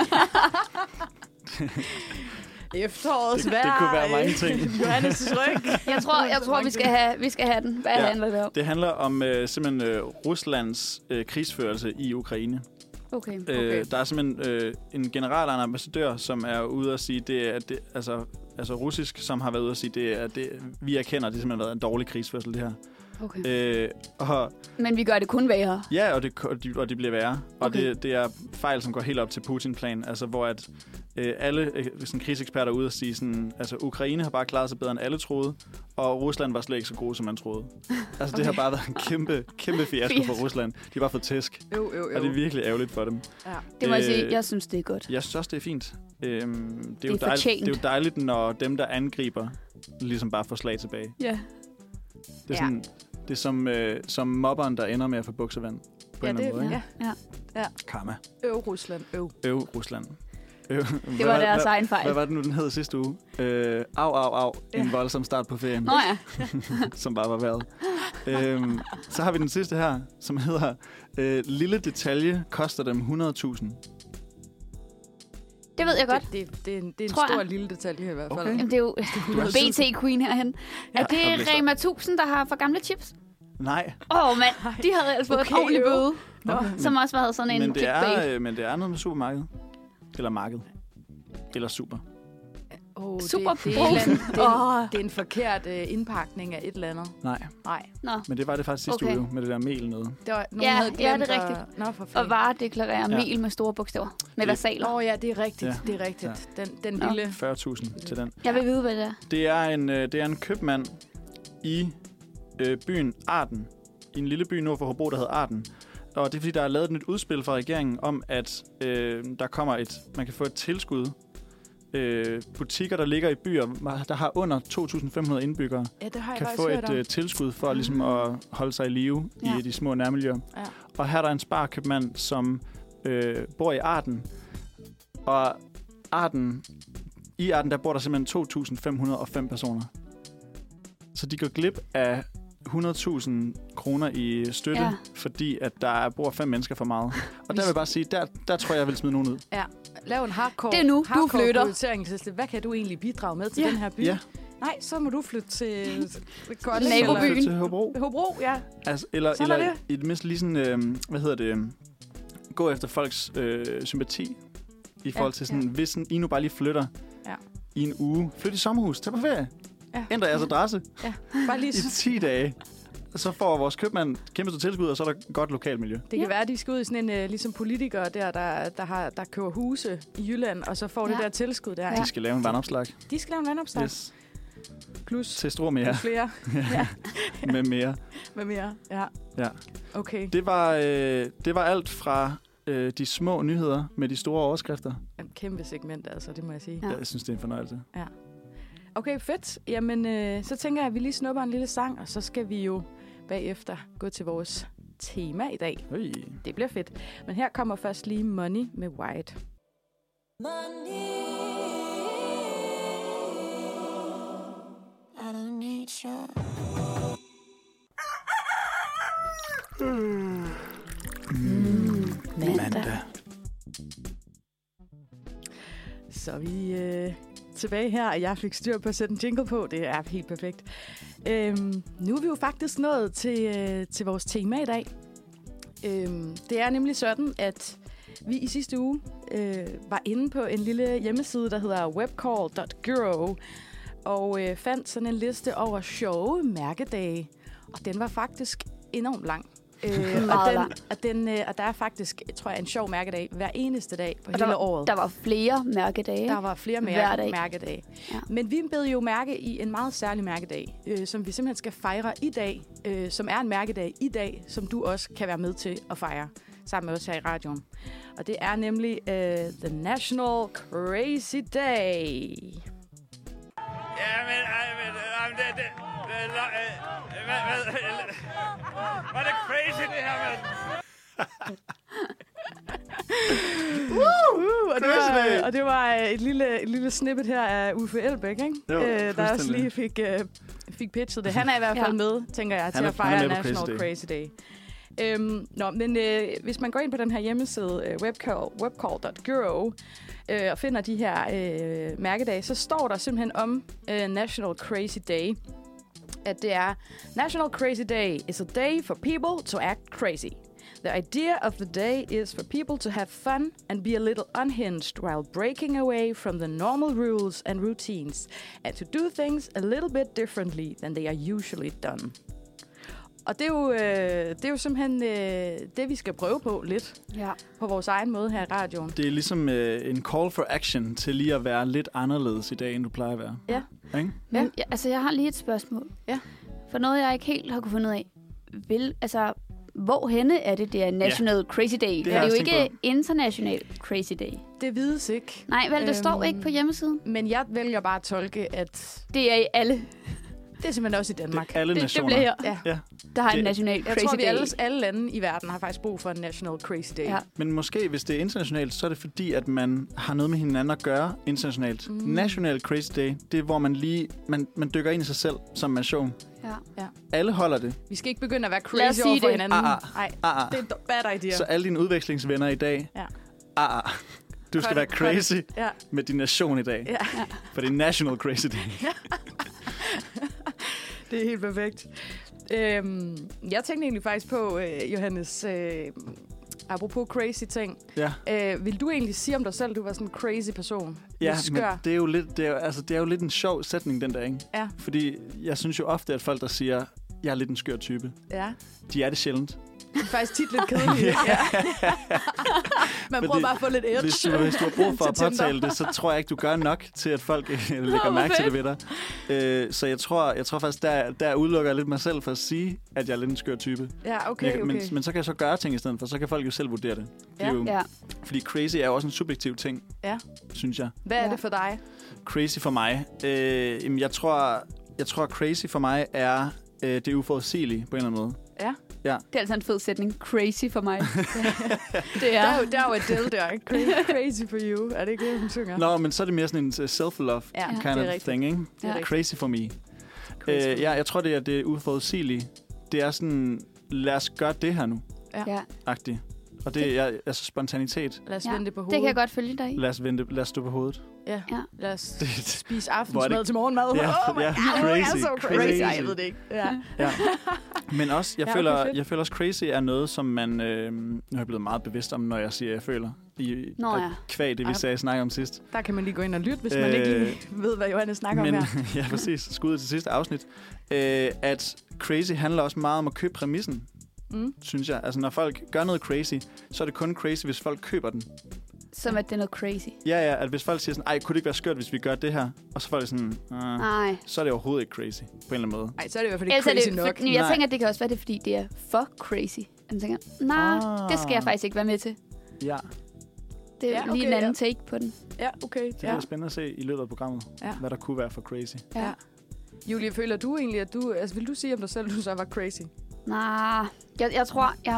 Efterårets vejr. Det kunne være mange ting. Johannes' ryg. Jeg tror vi skal have den. Hvad handler det om? Det handler om simpelthen Ruslands krigsførelse i Ukraine. Okay. Der er simpelthen en general og en ambassadør, som er ude at sige, altså russisk, som har været ude at sige, vi erkender, det har simpelthen været en dårlig krigsførsel, det her. Okay. Men vi gør det kun værre. Ja, og det bliver værre. Okay. Og det er fejl, som går helt op til Putin-plan, altså hvor at alle krigseksperter er ude og sige sådan, altså Ukraine har bare klaret sig bedre end alle troede, og Rusland var slet ikke så gode, som man troede. Altså det har bare været en kæmpe fiasko for Rusland. De har bare fået tæsk. Jo. Og det er virkelig ærgerligt for dem. Ja. Det må jeg sige, jeg synes det er godt. Jeg synes også, det er fint. Det er jo dejligt, når dem, der angriber, ligesom bare får slag tilbage. Ja. Det er sådan, det er som mobberen, der ender med at få buksevand på en eller anden måde. Ja. Karma. Rusland. Rusland. Det var deres egen fejl. Hvad var det nu, den hed sidste uge? Au. En voldsom start på ferien. Nå ja. Som bare var vejret. Så har vi den sidste her, som hedder lille detalje koster dem 100.000. Det ved jeg godt. Det er en stor lille detalje i hvert fald. Okay. Jamen, det er jo BT-queen herhen. Ja. Er det Rema 1000, der har for gamle chips? Nej. Mand. De havde altså fået en ordentlig bøde. Okay. Som også havde sådan en clickbait. Men det er noget med supermarked. Eller marked. Eller super. Super det er en forkert indpakning af et eller andet. Nej. Nå. Men det var det faktisk sidste uge med det der mel nede. Det var, nogen havde glemt det er rigtigt. Og varedeklarere mel med store bogstaver. Med versaler. Ja, det er rigtigt. Ja. Det er rigtigt. Den lille... 40.000 til den. Jeg vil vide, hvad det er. Det er en købmand i byen Arden. I en lille by nord for Hobro, der hedder Arden. Og det er fordi, der er lavet et nyt udspil fra regeringen om, at der kommer man kan få et tilskud butikker, der ligger i byer, der har under 2.500 indbyggere, Ja, det har jeg kan faktisk få hørt om. et tilskud for ligesom at holde sig i live i de små nærmiljøer. Ja. Og her er der en sparkøbmand, som bor i Arden. Og i Arden, der bor der simpelthen 2.505 personer. Så de går glip af 100.000 kroner i støtte, fordi at der bor 5 mennesker for meget. Og der vil jeg bare sige, der tror jeg vil smide nogen ud. Ja, lav en hardcore, Det er nu, du flytter. prioriteringsliste. Hvad kan du egentlig bidrage med til den her by? Ja. Nej, så må du flytte til Nabobyen. Flytte til Hobro. Hobro, ja. Altså, eller i det mindste lige sådan, gå efter folks sympati i forhold til sådan, hvis sådan, I nu bare lige flytter i en uge. Flyt i sommerhus, tag på ferie. Ja. Ændre jeres adresse Bare lige i 10 dage. Så får vores købmand kæmpe stort tilskud, og så er der godt lokalmiljø. Det kan være, at de skal ud i sådan en, ligesom politikere der køber huse i Jylland, og så får det der tilskud der. De skal lave en vandopslag. De skal lave en vandopslag. Yes. Plus til store mere. Flere. Med mere. Med mere, ja. Okay. Det var alt fra de små nyheder med de store overskrifter. En kæmpe segment, altså, det må jeg sige. Ja. Jeg synes, det er en fornøjelse. Ja. Okay, fedt. Jamen, så tænker jeg, at vi lige snupper en lille sang, og så skal vi jo bagefter gå til vores tema i dag. Det bliver fedt. Men her kommer først lige Money med White. Money, I don't need you. Mandag. Så vi tilbage her, og jeg fik styr på at sætte en jingle på. Det er helt perfekt. Nu er vi jo faktisk nået til vores tema i dag. Det er nemlig sådan, at vi i sidste uge var inde på en lille hjemmeside, der hedder webcall.guru, og fandt sådan en liste over sjove mærkedage. Og den var faktisk enormt lang. Og der er faktisk, tror jeg, en sjov mærkedag hver eneste dag på hele året. Der var flere mærkedage. Der var flere mærkedage. Ja. Men vi bed jo mærke i en meget særlig mærkedag, som vi simpelthen skal fejre i dag, som er en mærkedag i dag, som du også kan være med til at fejre sammen med os her i radioen. Og det er nemlig The National Crazy Day. Var det crazy, det her, mand? Og det var et lille snippet her af Uffe Elbæk, ikke? Jo, der også lige fik pitchet det. Han er i hvert fald med, tænker jeg, til at fejre National Crazy Day. Men hvis man går ind på den her hjemmeside, webcall.guru, og finder de her mærkedage, så står der simpelthen om National Crazy Day, at det er National Crazy Day is a day for people to act crazy. The idea of the day is for people to have fun and be a little unhinged while breaking away from the normal rules and routines and to do things a little bit differently than they are usually done. Og det er jo simpelthen det, vi skal prøve på lidt på vores egen måde her i radioen. Det er ligesom en call for action til lige at være lidt anderledes i dag, end du plejer at være. Ja. Ikke? Men jeg har lige et spørgsmål. Ja. For noget, jeg ikke helt har kunne finde ud af. Hvor henne er det der National Crazy Day? Det er det jo ikke International Crazy Day. Det vides ikke. Nej, vel, det står ikke på hjemmesiden. Men jeg vælger bare at tolke, at det er i alle. Det er simpelthen også i Danmark. Det er alle nationer. Det bliver her. Ja. Der har en National Crazy Day. Jeg tror, alle lande i verden har faktisk brug for en National Crazy Day. Ja. Men måske, hvis det er internationalt, så er det fordi, at man har noget med hinanden at gøre internationalt. National Crazy Day, det er, hvor man dykker ind i sig selv som nation. Ja. Alle holder det. Vi skal ikke begynde at være crazy over for hinanden. Nej, det er en bad idea. Så alle dine udvekslingsvenner i dag, du skal være crazy med din nation i dag. Ja. For det er National Crazy Day. Det er helt perfekt. Jeg tænkte egentlig faktisk på, Johannes, apropos crazy ting. Ja. Vil du egentlig sige om dig selv, at du var sådan en crazy person? Ja, men det er jo lidt en sjov sætning den der, ikke? Ja. Fordi jeg synes jo ofte, at folk, der siger, jeg er lidt en skør type, de er det sjældent. De er faktisk tit lidt kedelige. Ja. Man prøver bare at få lidt edge. Hvis du har brug for at til påtale det, så tror jeg ikke, du gør nok til, at folk lægger mærke til det ved dig. Så jeg tror faktisk, der udelukker jeg lidt mig selv for at sige, at jeg er lidt en skør type. Ja, okay. Men så kan jeg så gøre ting i stedet for, så kan folk jo selv vurdere det. Det er jo, fordi crazy er jo også en subjektiv ting, synes jeg. Hvad er det for dig? Crazy for mig? Jeg tror, crazy for mig er det uforudsigelige på en eller anden måde. Ja. Ja. Det er altså en fed sætning. Crazy for mig. Det er. Der er jo Adele der. Crazy for you. Er det ikke det, hun synger? Nå, men så er det mere sådan en self-love kind of thing, ikke? Ja. Crazy for me. Jeg tror, det er det uforudsigelige. Det er sådan, lad os gøre det her nu. Ja. Agtigt. Og det er altså spontanitet. Lad os vende det på hovedet. Det kan jeg godt følge dig i. Lad os stå på hovedet. Ja. Lad os spise Hvor er aftensmad det- til morgenmad. Ja, Oh my ja, God, crazy, det er så crazy. Ej, jeg ved det ikke. Ja. Men også, Ja, okay, fedt. jeg føler også, crazy er noget, som man... nu er jeg blevet meget bevidst om, når jeg siger, jeg føler. Kvæg det, vi snakkede om sidst. Der kan man lige gå ind og lytte, hvis man ikke lige ved, hvad Johannes snakker om her. Ja, præcis. Skud til sidste afsnit. At crazy handler også meget om at købe præmissen, synes jeg. Altså, når folk gør noget crazy, så er det kun crazy, hvis folk køber den. Som at det er noget crazy. Ja, at hvis folk siger sådan, ej, kunne det ikke være skørt, hvis vi gør det her? Og så får det sådan, Nej. så er det overhovedet ikke crazy, på en eller anden måde. Ej, så er det i hvert fald ikke Ellers er crazy det, nok. jeg tænker, at det kan også være det, fordi det er for crazy. Jeg tænker, det skal jeg faktisk ikke være med til. Ja, Det er lige en anden take på den. Ja, okay. det er spændende at se i løbet af programmet, hvad der kunne være for crazy. Ja. Julie, føler du egentlig, at du... Altså, vil du sige om dig selv, at du så var crazy? Nej, jeg tror, jeg er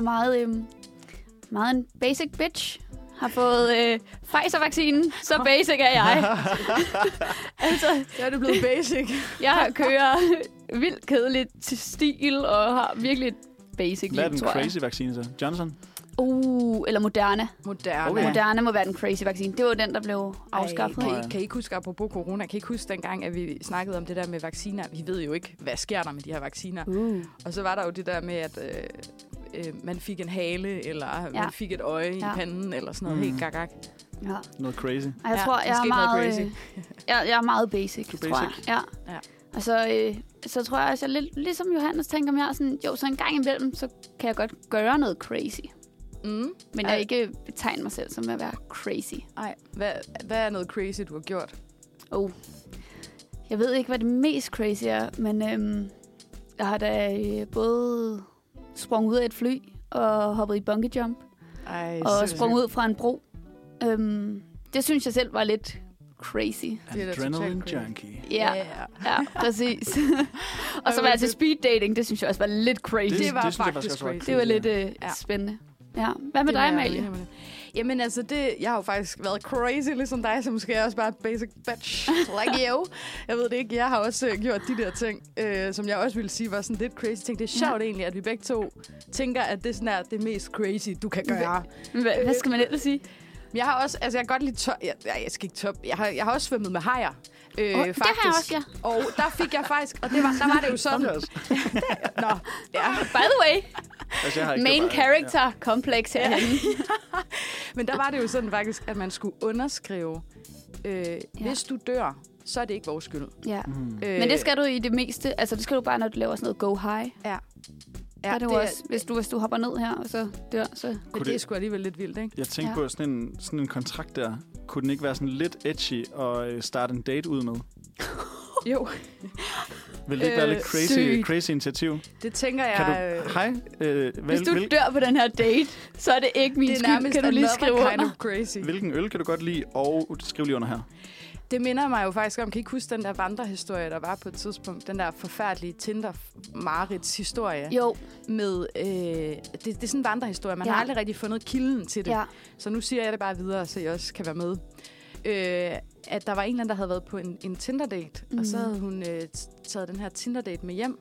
meget en basic bitch. Har fået Pfizer-vaccinen, så basic er jeg. Altså, Så er det blevet basic. jeg kører vildt kedeligt til stil, og har virkelig et basic Hvad er liv, den tror jeg. crazy vaccine så? Johnson? Eller Moderna. Moderne. Okay. Moderna må være den crazy vaccine. Det var den, der blev afskaffet. Kan I ikke huske, apropos corona, kan I ikke huske dengang, at vi snakkede om det der med vacciner? Vi ved jo ikke, hvad sker der med de her vacciner. Og så var der jo det der med, at man fik en hale, eller man fik et øje i panden, eller sådan noget helt gagag. Ja. Noget crazy. Og jeg tror, jeg er meget jeg er meget basic, Du tror jeg. Ja. Og så tror jeg også, jeg lidt ligesom Johannes tænker mere sådan, så en gang imellem, så kan jeg godt gøre noget crazy. Men jeg ikke betegner mig selv som at være crazy. Nej, hvad er noget crazy, du har gjort? Jeg ved ikke, hvad det mest crazy er, men jeg har da både sprunget ud af et fly og hoppet i bungee jump. Og sprunget ud fra en bro. Det synes jeg selv var lidt crazy. Adrenaline junkie. Ja, præcis. Og så var jeg til speed dating, det synes jeg også var lidt crazy. Det var synes jeg faktisk var crazy. Det var lidt spændende. Ja. Hvad med dig, Amalie? Jamen altså, jeg har jo faktisk været crazy ligesom dig, så måske er jeg også bare basic bitch like you. Jeg ved det ikke, jeg har også gjort de der ting, som jeg også ville sige var sådan lidt crazy ting. Det er sjovt egentlig, at vi begge to tænker, at det sådan er det mest crazy, du kan gøre. Hvad skal man ellers sige? Jeg har også, altså jeg kan godt lide jeg skal ikke top. Jeg har også svømmet med hajer. Faktisk. Det har jeg også, ja. Og der fik jeg faktisk, og der var det jo sådan. Nå, ja. By the way, altså, jeg har ikke main character complex herhenne. Men der var det jo sådan faktisk, at man skulle underskrive, hvis du dør, så er det ikke vores skyld. Ja. Men det skal du i det meste, altså det skal du bare, når du laver sådan noget go high. Ja. Ja, det er også, hvis du hopper ned her, og så dør, så... Men det er sgu alligevel lidt vildt, ikke? Jeg tænkte på sådan en kontrakt der. Kunne den ikke være sådan lidt edgy og starte en date ud med? Jo. Vil det ikke være lidt crazy initiativ? Det tænker jeg... Hej. Hvis du dør på den her date, så er det ikke min skyld. Kan du lige skrive under? Crazy. Hvilken øl kan du godt lide? Og skriv lige under her. Det minder mig jo faktisk om, kan I ikke huske den der vandrehistorie, der var på et tidspunkt? Den der forfærdelige Tinder-Marits historie. Jo. Med, det er sådan en vandrehistorie. Man har aldrig rigtig fundet kilden til det. Ja. Så nu siger jeg det bare videre, så I også kan være med. At der var en eller anden, der havde været på en Tinder-date, og så havde hun taget den her Tinder-date med hjem.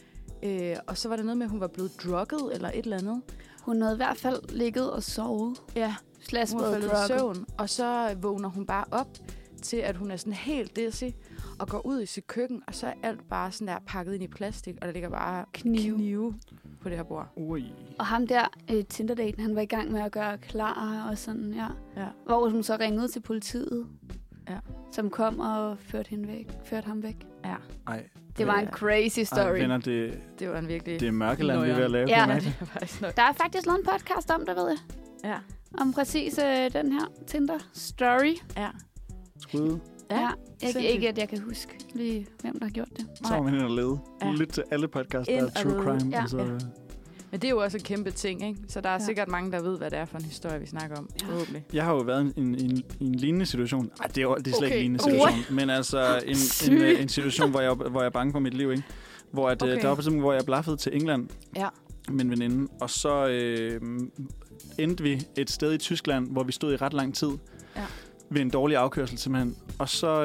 Og så var det noget med, at hun var blevet drugget eller et eller andet. Hun havde i hvert fald ligget og sovet. Ja, hun var faldet i søvn. Og så vågner hun bare op til, at hun er sådan helt dizzy, og går ud i sit køkken, og så er alt bare sådan der pakket ind i plastik, og der ligger bare knive på det her bord. Ui. Og ham der, Tinder-daten, han var i gang med at gøre klar og sådan, ja. Hvor hun så ringede til politiet, som kom og førte ham væk. Ej, Det var en crazy story. Venner, Det var en virkelig... det er Mørkeland, vi er ved at lave. Ja. Ja. det var faktisk nok. Der er faktisk lavet en podcast om det, ved jeg. Ja. Om præcis den her Tinder-story. Ja. Skud. Ja. sindssygt. Ikke, at jeg kan huske lige, hvem der har gjort det. Så var man ind og lede. Ja. Lyt til alle podcasts, der Ind er og true lede. crime. Ja. Og så, Ja. Men det er jo også en kæmpe ting, ikke? Så der er Ja. sikkert mange, der ved, hvad det er for en historie, vi snakker om. Ja. Forhåbentlig. Jeg har jo været i en lignende situation. Ej, det er slet ikke Okay. en lignende situation. Men altså en situation, hvor jeg er bange for mit liv, ikke? Hvor at, Okay. der var på tidspunkt, hvor jeg blaffede til England Ja. med en veninde. Og så endte vi et sted i Tyskland, hvor vi stod i ret lang tid. Ja. Ved en dårlig afkørsel simpelthen. Og så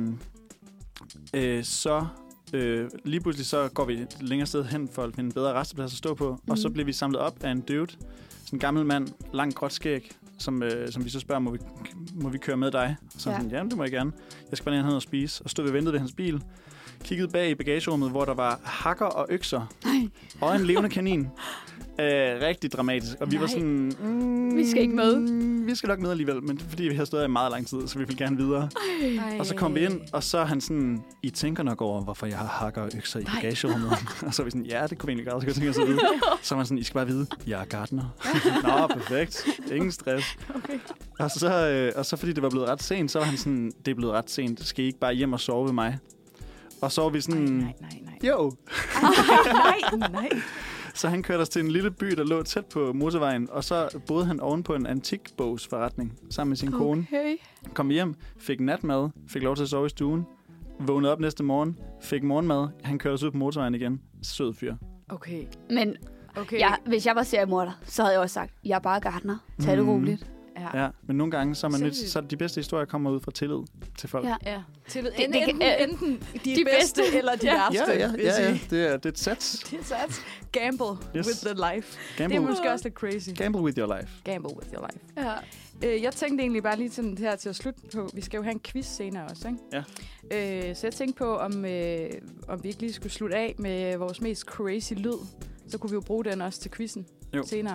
lige pludselig så går vi et længere sted hen for at finde en bedre resteplads at stå på. Og så bliver vi samlet op af en dude. Sådan en gammel mand, langt gråt skæg, som vi så spørger, må vi køre med dig? Og så Ja. sådan, ja, det må jeg gerne. Jeg skal bare ned og spise. Og stod vi og ventede ved hans bil. Kiggede bag i bagagerummet, hvor der var hakker og økser. Og en levende kanin. Rigtig dramatisk. Og vi var sådan... Vi skal ikke med. Vi skal nok med alligevel, men det er fordi, vi har stået i meget lang tid, så vi vil gerne videre. Ej. Og så kom vi ind, og så er han sådan... I tænker nok over, hvorfor jeg har hakker og økser i bagagerummet. Og så er vi sådan, ja, det kunne vi egentlig godt tænke os at vide. Så var han sådan, I skal bare vide, jeg er gartner. Nå, perfekt. Ingen stress. Okay. Og så fordi det var blevet ret sent, så var han sådan, det er blevet ret sent. Skal I ikke bare hjem og sove ved mig? Og så var vi sådan... Nej. Jo. Nej. Så han kørte os til en lille by, der lå tæt på motorvejen, og så boede han oven på en antikbogsforretning sammen med sin kone. Okay. Kom hjem, fik natmad, fik lov til at sove i stuen, vågnede op næste morgen, fik morgenmad, han kørte os ud på motorvejen igen. Sød fyr. Okay. Men Okay. hvis jeg var seriemorder, så havde jeg også sagt, jeg er bare gartner. Tag det roligt. Ja, men nogle gange, så er man nødt Sindssygt. så de bedste historier kommer ud fra tillid til folk. Ja. Ja. Til Det kan- enten de de bedste bedste. eller de Ja. værste. vil jeg sige. Det er et sats. Det er sats. Gamble Yes. with the life. Gamble, Det er måske også lidt crazy. gamble with your life. Gamble with your life. Ja. Jeg tænkte egentlig bare lige til at slutte på, vi skal jo have en quiz senere også, ikke? Ja. Så jeg tænkte på, om vi ikke lige skulle slutte af med vores mest crazy lyd. Så kunne vi jo bruge den også til quizzen senere.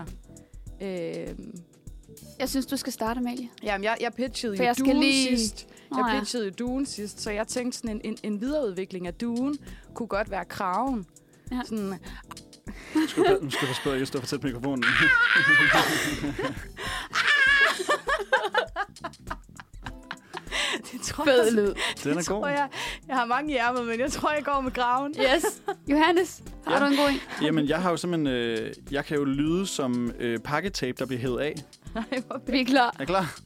Jeg synes, du skal starte, Amalie. Jamen, jeg pitchede For jo jeg skal Dune lige- sidst. Nå, Jeg ja. pitchede jo Dune sidst, så jeg tænkte sådan en videreudvikling af Dune kunne godt være kraven. Ja. Sådan, Nu skal du passe på, at jeg står for tæt på mikrofonen. det tror Fed jeg, lyd. Den er tror god. jeg har mange i ærmet, men jeg tror, jeg går med kraven. Yes. Johannes, har du en god en? Jamen, jeg har jo simpelthen... jeg kan jo lyde som pakketape, der bliver hævet af. Nej, hvor Vi er klar. Er I klar?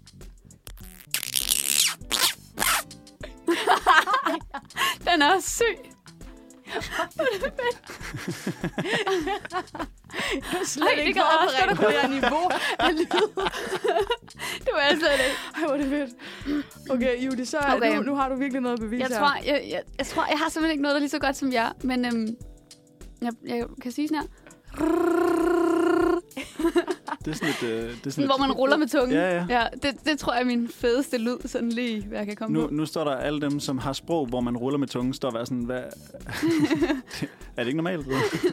Den er også syg. Jeg er slet Ej, det ikke kan klar også på det her niveau af lyd. Det var jeg slet ikke. Ej, hvor er det fedt. Okay, Judy, så Okay. nu har du virkelig noget at bevise Jeg tror, jeg har simpelthen ikke noget, der er lige så godt som jer. Men jeg kan sige sådan her. Det er sådan lidt... Hvor man ruller med tungen. Ja. Det tror jeg er min fedeste lyd, sådan lige, hvad jeg kan komme på. Nu står der alle dem, som har sprog, hvor man ruller med tungen, står og være sådan, hvad... er det ikke normalt?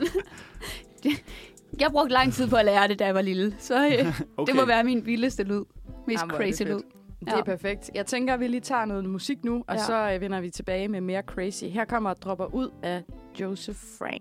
Jeg brugte lang tid på at lære det, da jeg var lille. Så Okay. det må være min vildeste lyd. Mest Jamen, hvor er det crazy lyd. fedt. Det er perfekt. Jeg tænker, at vi lige tager noget musik nu, og så vender vi tilbage med mere crazy. Her kommer Dropper Ud af Joseph Frank.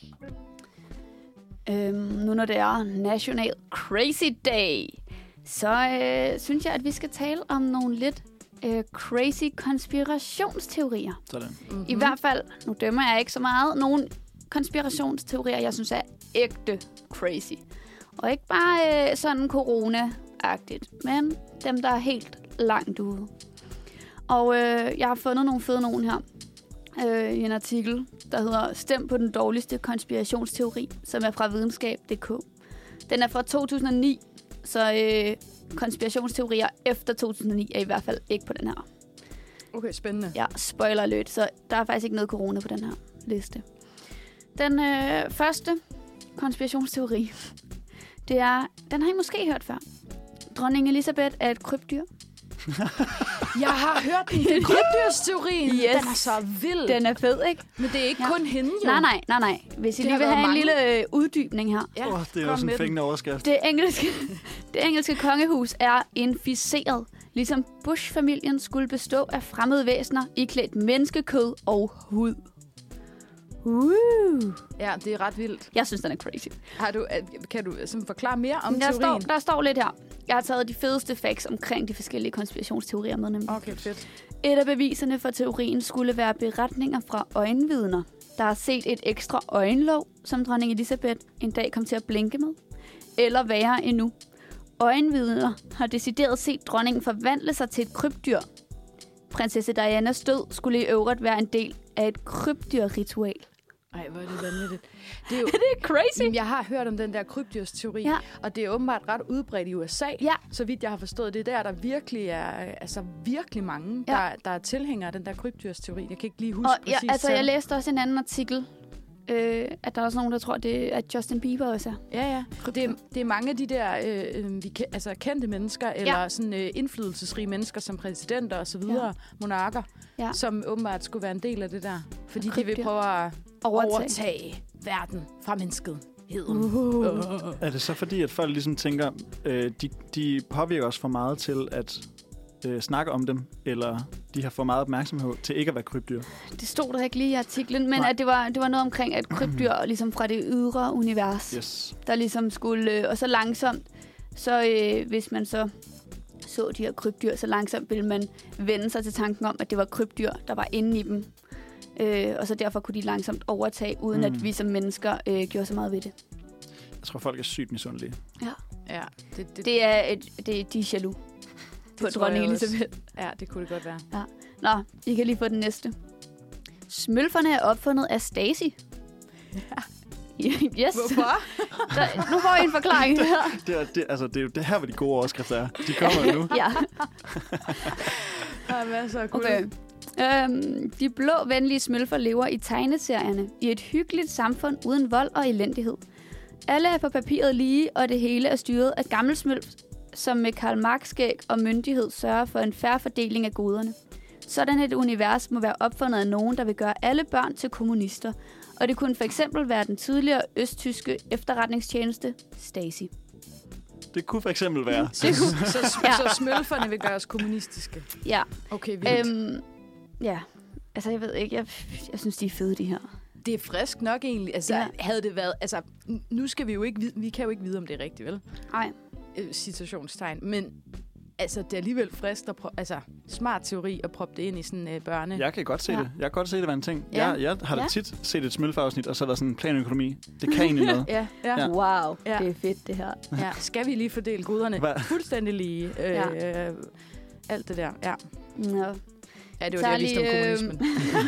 Nu når det er National Crazy Day, så synes jeg, at vi skal tale om nogle lidt crazy konspirationsteorier. Sådan. Mm-hmm. I hvert fald, nu dømmer jeg ikke så meget, nogle konspirationsteorier, jeg synes er ægte crazy. Og ikke bare sådan corona-agtigt, men dem, der er helt langt ude. Og jeg har fundet nogle fede nogen her i en artikel, der hedder Stem på den dårligste konspirationsteori, som er fra videnskab.dk. Den er fra 2009, så konspirationsteorier efter 2009 er i hvert fald ikke på den her. Okay, spændende. Ja, spoiler alert, så der er faktisk ikke noget corona på den her liste. Den første konspirationsteori, det er, den har I måske hørt før. Dronning Elizabeth er et krybdyr. Jeg har hørt den. Det er krybdyrsteorien. Yes. Den er så vild. Den er fed, ikke? Men det er ikke kun hende, jo. Nej. Hvis I Det lige har vil været have en mange. lille uddybning her. Ja, Det er kom også en med den. fængende overskrift. Det engelske kongehus er inficeret, ligesom Bush-familien skulle bestå af fremmede væsener iklædt menneskekød og hud. Ja, det er ret vildt. Jeg synes, den er crazy. Kan du forklare mere om teorien? Der står lidt her. Jeg har taget de fedeste facts omkring de forskellige konspirationsteorier med nemlig. Okay, fedt. Et af beviserne for teorien skulle være beretninger fra øjenvidner, der har set et ekstra øjenlåg, som dronning Elizabeth en dag kom til at blinke med. Eller værre endnu. Øjenvidner har decideret set dronningen forvandle sig til et krybdyr. Prinsesse Dianas død skulle i øvrigt være en del af et krybdyrritual. Ej, hvor er det vanvittigt. Det er jo, Det er crazy. jeg har hørt om den der krybdyrsteori, og det er åbenbart ret udbredt i USA. Ja. Så vidt jeg har forstået, det er der virkelig er virkelig mange, der er tilhængere af den der krybdyrsteori. Jeg kan ikke lige huske præcis. Jeg læste også en anden artikel, at der er også nogen, der tror, det er Justin Bieber også. Ja. Det er mange af de der kendte mennesker, eller sådan indflydelsesrige mennesker som præsidenter og så videre, monarker, som åbenbart skulle være en del af det der. Fordi de vil prøve at overtage verden fra mennesket. Er det så fordi, at folk ligesom tænker, de påvirker os for meget til at snakke om dem, eller de har for meget opmærksomhed til ikke at være krybdyr? Det stod der ikke lige i artiklen, men at det var noget omkring, at krybdyr ligesom fra det ydre univers, der ligesom skulle, og så langsomt, så hvis man så de her krybdyr, så langsomt ville man vende sig til tanken om, at det var krybdyr, der var inde i dem. Og så derfor kunne de langsomt overtage, uden at vi som mennesker gjorde så meget ved det. Jeg tror, folk er sygt misundelige. Ja. De er jaloux på dronning Elizabeth. Ja, det kunne det godt være. Ja. Nå, I kan lige få den næste. Smølferne er opfundet af Stacy. Yes. Hvorfor? Nu får I en forklaring. Det er jo det her, hvor de gode overskrifter er. De kommer nu. Ja. Okay. De blå, venlige smølfer lever i tegneserierne i et hyggeligt samfund uden vold og elendighed. Alle er på papiret lige, og det hele er styret af gammelsmølf, som med Karl Marx-skæg og myndighed sørger for en fair fordeling af goderne. Sådan et univers må være opfundet af nogen, der vil gøre alle børn til kommunister, og det kunne for eksempel være den tidligere østtyske efterretningstjeneste Stasi. Det kunne for eksempel være. Så smølferne vil gøre os kommunistiske? Ja. Okay, vildt. Ja, altså jeg ved ikke, jeg synes, de er fede, de her. Det er frisk nok egentlig. Altså, havde det været... Altså, nu skal vi jo ikke vide... Vi kan jo ikke vide, om det er rigtigt, vel? Nej. Citationstegn. Men altså, det er alligevel frisk at smart teori at proppe det ind i sådan børne... Jeg kan godt se det. Jeg kan godt se, det var en ting. Ja. Jeg har da tit set et smølfeafsnit, og så været sådan planøkonomi. Det kan egentlig noget. Ja. Wow, det er fedt, det her. Ja. Skal vi lige fordele goderne fuldstændig lige? Alt det der, ja. Nå. Ja, det var det, jeg vidste om kommunismen.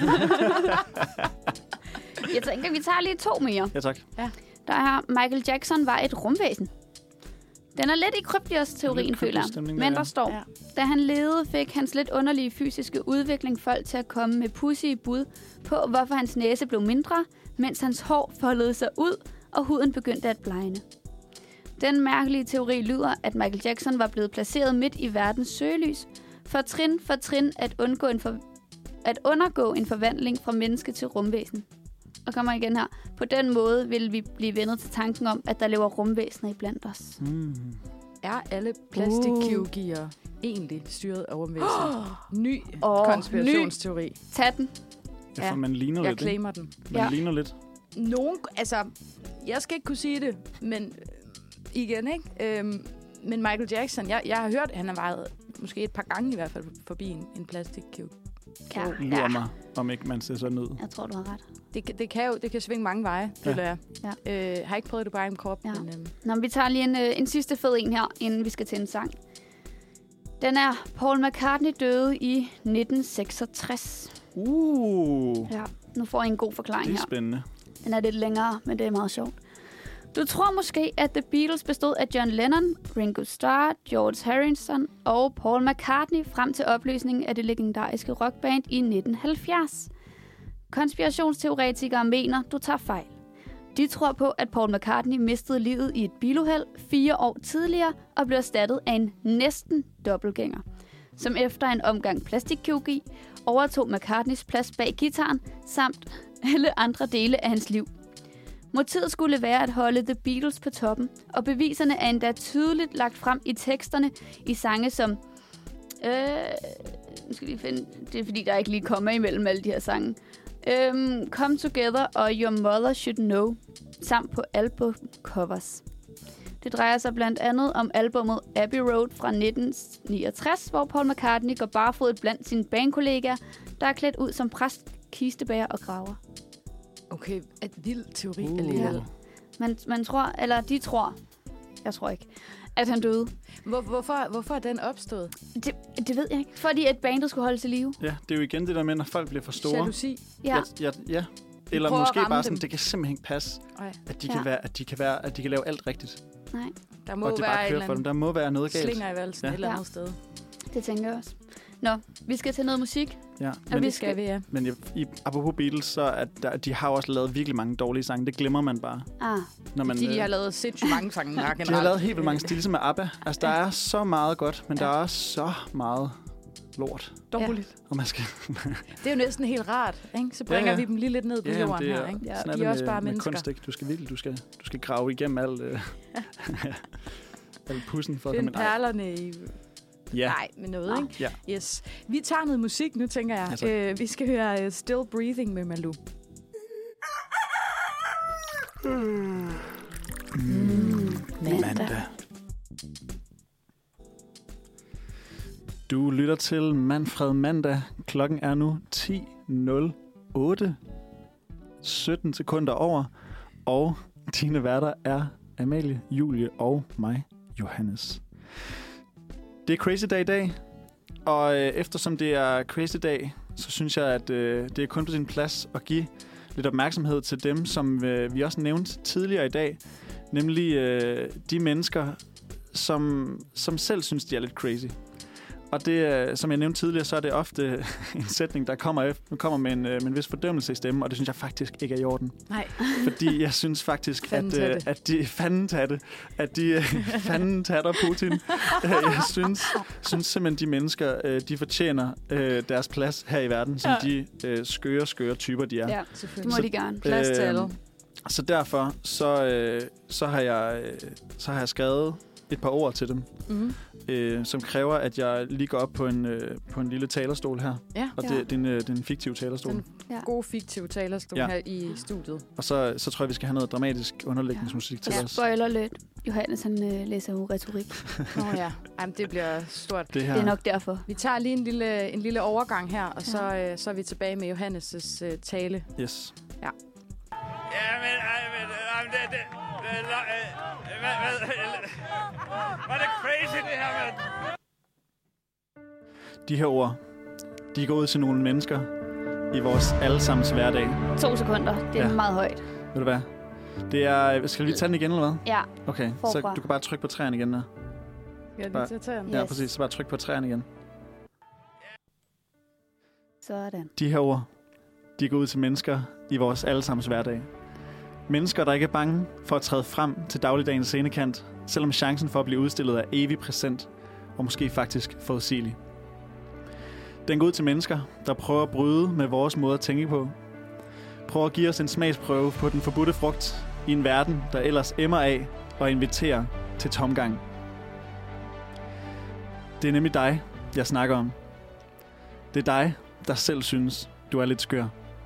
Jeg tænker, vi tager lige 2 mere. Ja, tak. Ja. Der er Michael Jackson var et rumvæsen. Den er lidt i krybdyrsteorien, føler jeg. Men der står, da han levede, fik hans lidt underlige fysiske udvikling folk til at komme med pudsige bud på, hvorfor hans næse blev mindre, mens hans hår foldede sig ud, og huden begyndte at blegne. Den mærkelige teori lyder, at Michael Jackson var blevet placeret midt i verdens søgelys, for trin at undergå en forvandling fra menneske til rumvæsen. Og kommer igen her. På den måde vil vi blive vendet til tanken om, at der lever rumvæsener iblandt os. Er alle plastikkirurgier egentlig styret af rumvæsener? Ny konspirationsteori. Tag den. Ja, for man ligner lidt. Jeg claimer den. Man ligner lidt. Jeg skal ikke kunne sige det, men igen, ikke? Men Michael Jackson, jeg har hørt, at han har vejet måske et par gange i hvert fald forbi en plastikkirurg. Lurer mig, om ikke man ser sådan ud. Jeg tror, du har ret. Det kan svinge mange veje, føler jeg. Ja. Har ikke prøvet det bare i en krop. Ja. Men, vi tager lige en sidste fed en her, inden vi skal til en sang. Den er Paul McCartney døde i 1966. Ja, nu får I en god forklaring her. Det er spændende. Den er lidt længere, men det er meget sjovt. Du tror måske, at The Beatles bestod af John Lennon, Ringo Starr, George Harrison og Paul McCartney frem til opløsningen af det legendariske rockband i 1970. Konspirationsteoretikere mener, du tager fejl. De tror på, at Paul McCartney mistede livet i et biluheld 4 år tidligere og blev erstattet af en næsten dobbeltgænger, som efter en omgang plastikkirurgi overtog McCartneys plads bag guitaren samt alle andre dele af hans liv. Motivet skulle være at holde The Beatles på toppen, og beviserne er endda tydeligt lagt frem i teksterne i sange som Nu skal lige finde... Det er fordi, der ikke lige kommer imellem alle de her sange. Come Together og Your Mother Should Know, samt på albumcovers. Det drejer sig blandt andet om albummet Abbey Road fra 1969, hvor Paul McCartney går barefodet blandt sine bandkollegaer, der er klædt ud som præst, kistebærer og graver. Okay, et vild teori alligevel. Man tror, eller de tror, jeg tror ikke, at han døde. Hvorfor er den opstået? Det ved jeg ikke. Fordi at bandet skulle holde til live. Ja, det er jo igen det der med, når folk bliver for store. Jalousi. Ja. Ja. Eller prøver måske at ramme bare sådan, dem. det kan simpelthen ikke passe, Ej. at de kan lave alt rigtigt. Nej, Der må Og det være bare en kører eller for dem. anden Der må være noget galt. slinger i valsen et eller andet sted. det tænker jeg også. Nå, vi skal til noget musik. Ja, Og vi men, Skal vi, ja. men apropos Beatles, så de har også lavet virkelig mange dårlige sange. Det glemmer man bare. Når man, Fordi de har lavet sindssygt mange sange. de har lavet helt vildt mange stil, ligesom med ABBA. Altså, der er så meget godt, men der er også så meget lort. Dårligt. Og man skal... Det er jo næsten helt rart, ikke? Så bringer vi dem lige lidt ned på jorden det er, her, ikke? Ja, De er også bare med mennesker. kunst, ikke? Du skal grave igennem alt al pussen for at Find komme ind. perlerne i... Ja. Nej, med noget, ikke? Ja. Yes. Vi tager noget musik nu, tænker jeg. Altså. Vi skal høre Still Breathing med Malou. Mandag. Du lytter til Manfred Mandag. Klokken er nu 10:08. 17 sekunder over. Og dine værter er Amalie, Julie og mig, Johannes. Det er Crazy Day i dag. Og eftersom det er Crazy Day, så synes jeg, at det er kun på sin plads at give lidt opmærksomhed til dem, som vi også nævnte tidligere i dag. Nemlig de mennesker, som selv synes, de er lidt crazy. Og det, som jeg nævnte tidligere, så er det ofte en sætning, der kommer med en vis fordømmelse i stemmen, og det synes jeg faktisk ikke er i orden. Nej. Fordi jeg synes faktisk, at de fanden tatter Putin. Jeg synes simpelthen, de mennesker, de fortjener deres plads her i verden, som de skøre typer, de er. Ja, det må de gerne. Plads til alle. Så derfor så har jeg skrevet et par ord til dem, som kræver, at jeg lige går op på en lille talerstol her. Ja. Og det er en fiktiv talerstol. Den gode fiktive talerstol her i studiet. Og så tror jeg, vi skal have noget dramatisk underlægningsmusik til os. Spoiler lidt. Johannes, han læser jo retorik. Ja. Jamen, det bliver stort. Det er nok derfor. Vi tager lige en lille overgang her, og så er vi tilbage med Johannes' tale. Yes. Ja. Var det crazy, det her, mand? De her ord, de går ud til nogle mennesker i vores allesammens hverdag. 2 sekunder. Det er meget højt. Ved du hvad? Det er... Skal vi tage den igen, eller hvad? Ja. Okay, så du kan bare trykke på træerne igen der. Ja, det til træerne. Ja, præcis. Så bare tryk på træerne igen. Sådan. De her ord, de går ud til mennesker i vores allesammens hverdag. Mennesker, der ikke er bange for at træde frem til dagligdagens scenekant, selvom chancen for at blive udstillet er evig præsent, og måske faktisk forudsigelig. Den går ud til mennesker, der prøver at bryde med vores måde at tænke på. Prøver at give os en smagsprøve på den forbudte frugt i en verden, der ellers emmer af og inviterer til tomgang. Det er nemlig dig, jeg snakker om. Det er dig, der selv synes, du er lidt skør.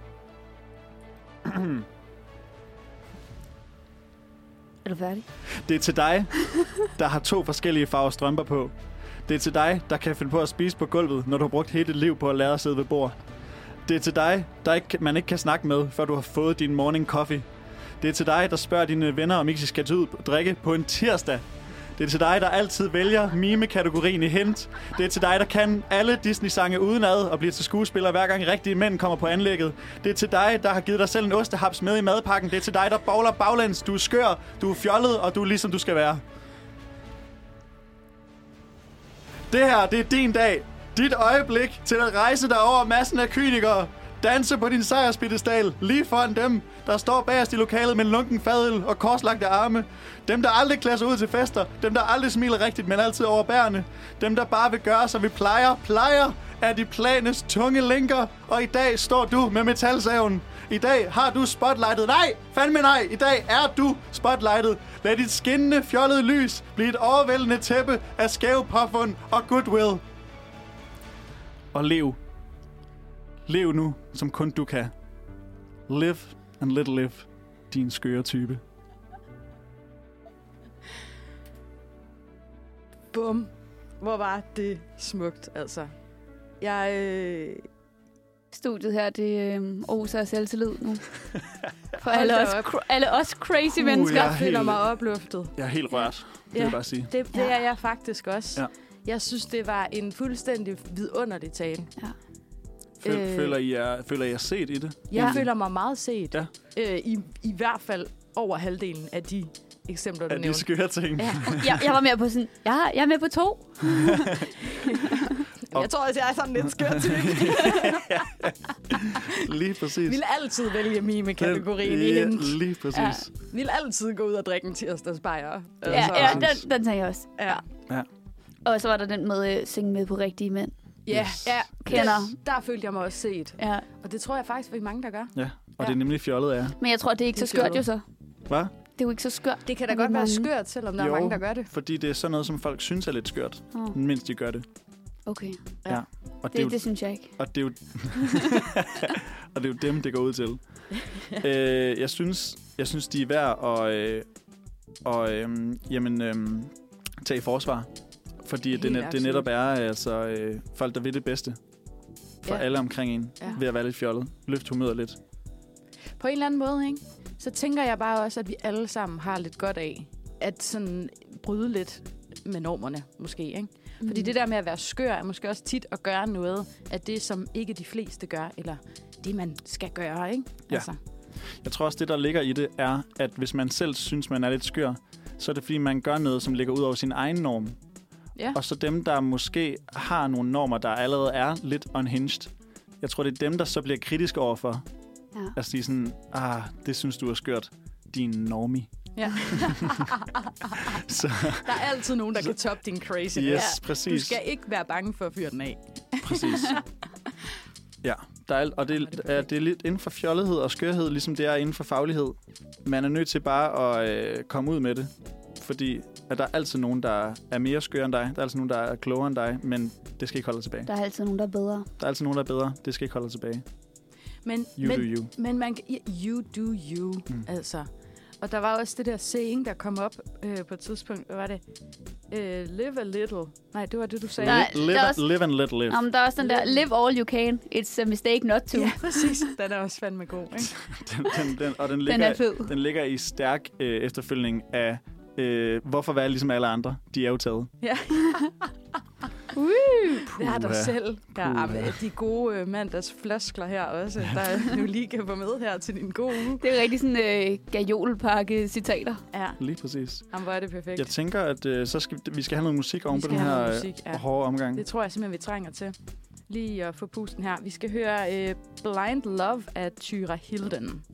Er du færdig? Det er til dig, der har 2 forskellige farver strømper på. Det er til dig, der kan finde på at spise på gulvet, når du har brugt hele dit liv på at lære at sidde ved bord. Det er til dig, man ikke kan snakke med, før du har fået din morning coffee. Det er til dig, der spørger dine venner, om ikke de skal tage ud og drikke på en tirsdag. Det er til dig, der altid vælger mime-kategorien i Hint. Det er til dig, der kan alle Disney-sange udenad og bliver til skuespiller, hver gang rigtige mænd kommer på anlægget. Det er til dig, der har givet dig selv en ostehaps med i madpakken. Det er til dig, der bowler baglæns. Du er skør, du er fjollet, og du er ligesom du skal være. Det her, det er din dag. Dit øjeblik til at rejse dig over massen af kynikere. Danse på din sejrspidestal lige foran dem, der står bagerst i lokalet med en lunken fadøl og korslagte arme. Dem, der aldrig klæder sig ud til fester. Dem, der aldrig smiler rigtigt, men altid overbærende. Dem, der bare vil gøre, som vi plejer, er de planes tunge linker. Og i dag står du med metalsaven. I dag har du spotlightet. Nej, fandme nej. I dag er du spotlightet. Lad dit skinnende, fjollede lys blive et overvældende tæppe af skæve påfund og goodwill. Og lev. Lev nu, som kun du kan. Live and let live, din skøre type. Bum. Hvor var det smukt, altså. Jeg... Studiet her, det oser af selvtillid nu. For Hold alle da os, op. alle os crazy mennesker. jeg er Jeg føler helt- mig opløftet. Jeg er helt rørt, det vil jeg bare sige. Det er jeg faktisk også. Ja. Jeg synes, det var en fuldstændig vidunderlig tale. Føler I er set i det? Jeg føler mig meget set. Ja. I hvert fald over halvdelen af de eksempler, du Af de nævnte. skøre ting. Ja. Jeg var mere på sådan, jeg er med på 2. Jeg tror også, jeg er sådan lidt skør til. Lige præcis. Vil altid vælge mime-kategorien i hende. Lige præcis. Ja. Vil altid gå ud og drikke en tirsdagsbajer. Ja, Altså, den tænker jeg også. ja. Og så var der den med synge med på rigtige mænd. Ja, Yes. ja. Kender. Der følte jeg mig også set. Ja. Og det tror jeg faktisk, vi er mange, der gør. Ja, og det er nemlig fjollet af. Men jeg tror, det er ikke Det er så skørt jo fjollet. så. Hvad? Det er jo ikke så skørt. Det kan da Men godt det er være mange. skørt, selvom der er Jo. mange, der gør det. Fordi det er sådan noget, som folk synes er lidt skørt, Oh, mens de gør det. okay. Og det er jo, Det synes jeg ikke. og det er jo, og det er jo dem, det går ud til. Jeg synes, de er værd at tage i forsvar. Fordi Helt det absolut. netop er altså, folk, der vil det bedste for alle omkring en, ved at være lidt fjollet. Løft humøret lidt. På en eller anden måde, ikke? Så tænker jeg bare også, at vi alle sammen har lidt godt af at sådan bryde lidt med normerne, måske, ikke? Fordi det der med at være skør er måske også tit at gøre noget af det, som ikke de fleste gør, eller det, man skal gøre, ikke? Ja. Jeg tror også, det, der ligger i det, er, at hvis man selv synes, man er lidt skør, så er det, fordi man gør noget, som ligger ud over sin egen norm. Ja. Og så dem, der måske har nogle normer, der allerede er lidt unhinged, jeg tror, det er dem, der så bliver kritiske overfor. Ja. At sige sådan, det synes du er skørt, din normie. Ja. Så Der er altid nogen, der kan toppe din crazy. yes, Du præcis. skal ikke være bange for at fyre den af. Præcis. Ja, der er, og det er lidt inden for fjollethed og skørhed, ligesom det er inden for faglighed. Man er nødt til bare at komme ud med det, fordi at der er altid nogen, der er mere skør end dig. Der er altid nogen, der er klogere end dig, men det skal ikke holde dig tilbage. Der er altid nogen, der er bedre. Der er altid nogen, der er bedre. Det skal ikke holde dig tilbage. Men, You do you. Men man kan... You do you, altså. Og der var også det der saying, der kom op på et tidspunkt. Hvad var det? Live a little. Nej, det var det, du sagde. Nej. der er også- Live and let live. Der er også den der, live all you can. It's a mistake not to. Ja, præcis. Den er også fandme god, ikke? Den Den er fed. Den ligger i stærk efterfølgning af, hvorfor være ligesom alle andre? De er jo taget. Ja. Det er dig Puha. selv. Ja, Puha. de gode mandags floskler her også, der du lige kan få med her til din gode uge. Det er rigtig sådan gajolpakke citater. Ja, Lige præcis. jamen, hvor er det perfekt. Jeg tænker, at så skal vi skal have noget musik oven Vi på skal den have her noget musik, ja. hårde omgang. Det tror jeg simpelthen, vi trænger til. Lige at få pusten her. Vi skal høre Blind Love af Tyra Hilden.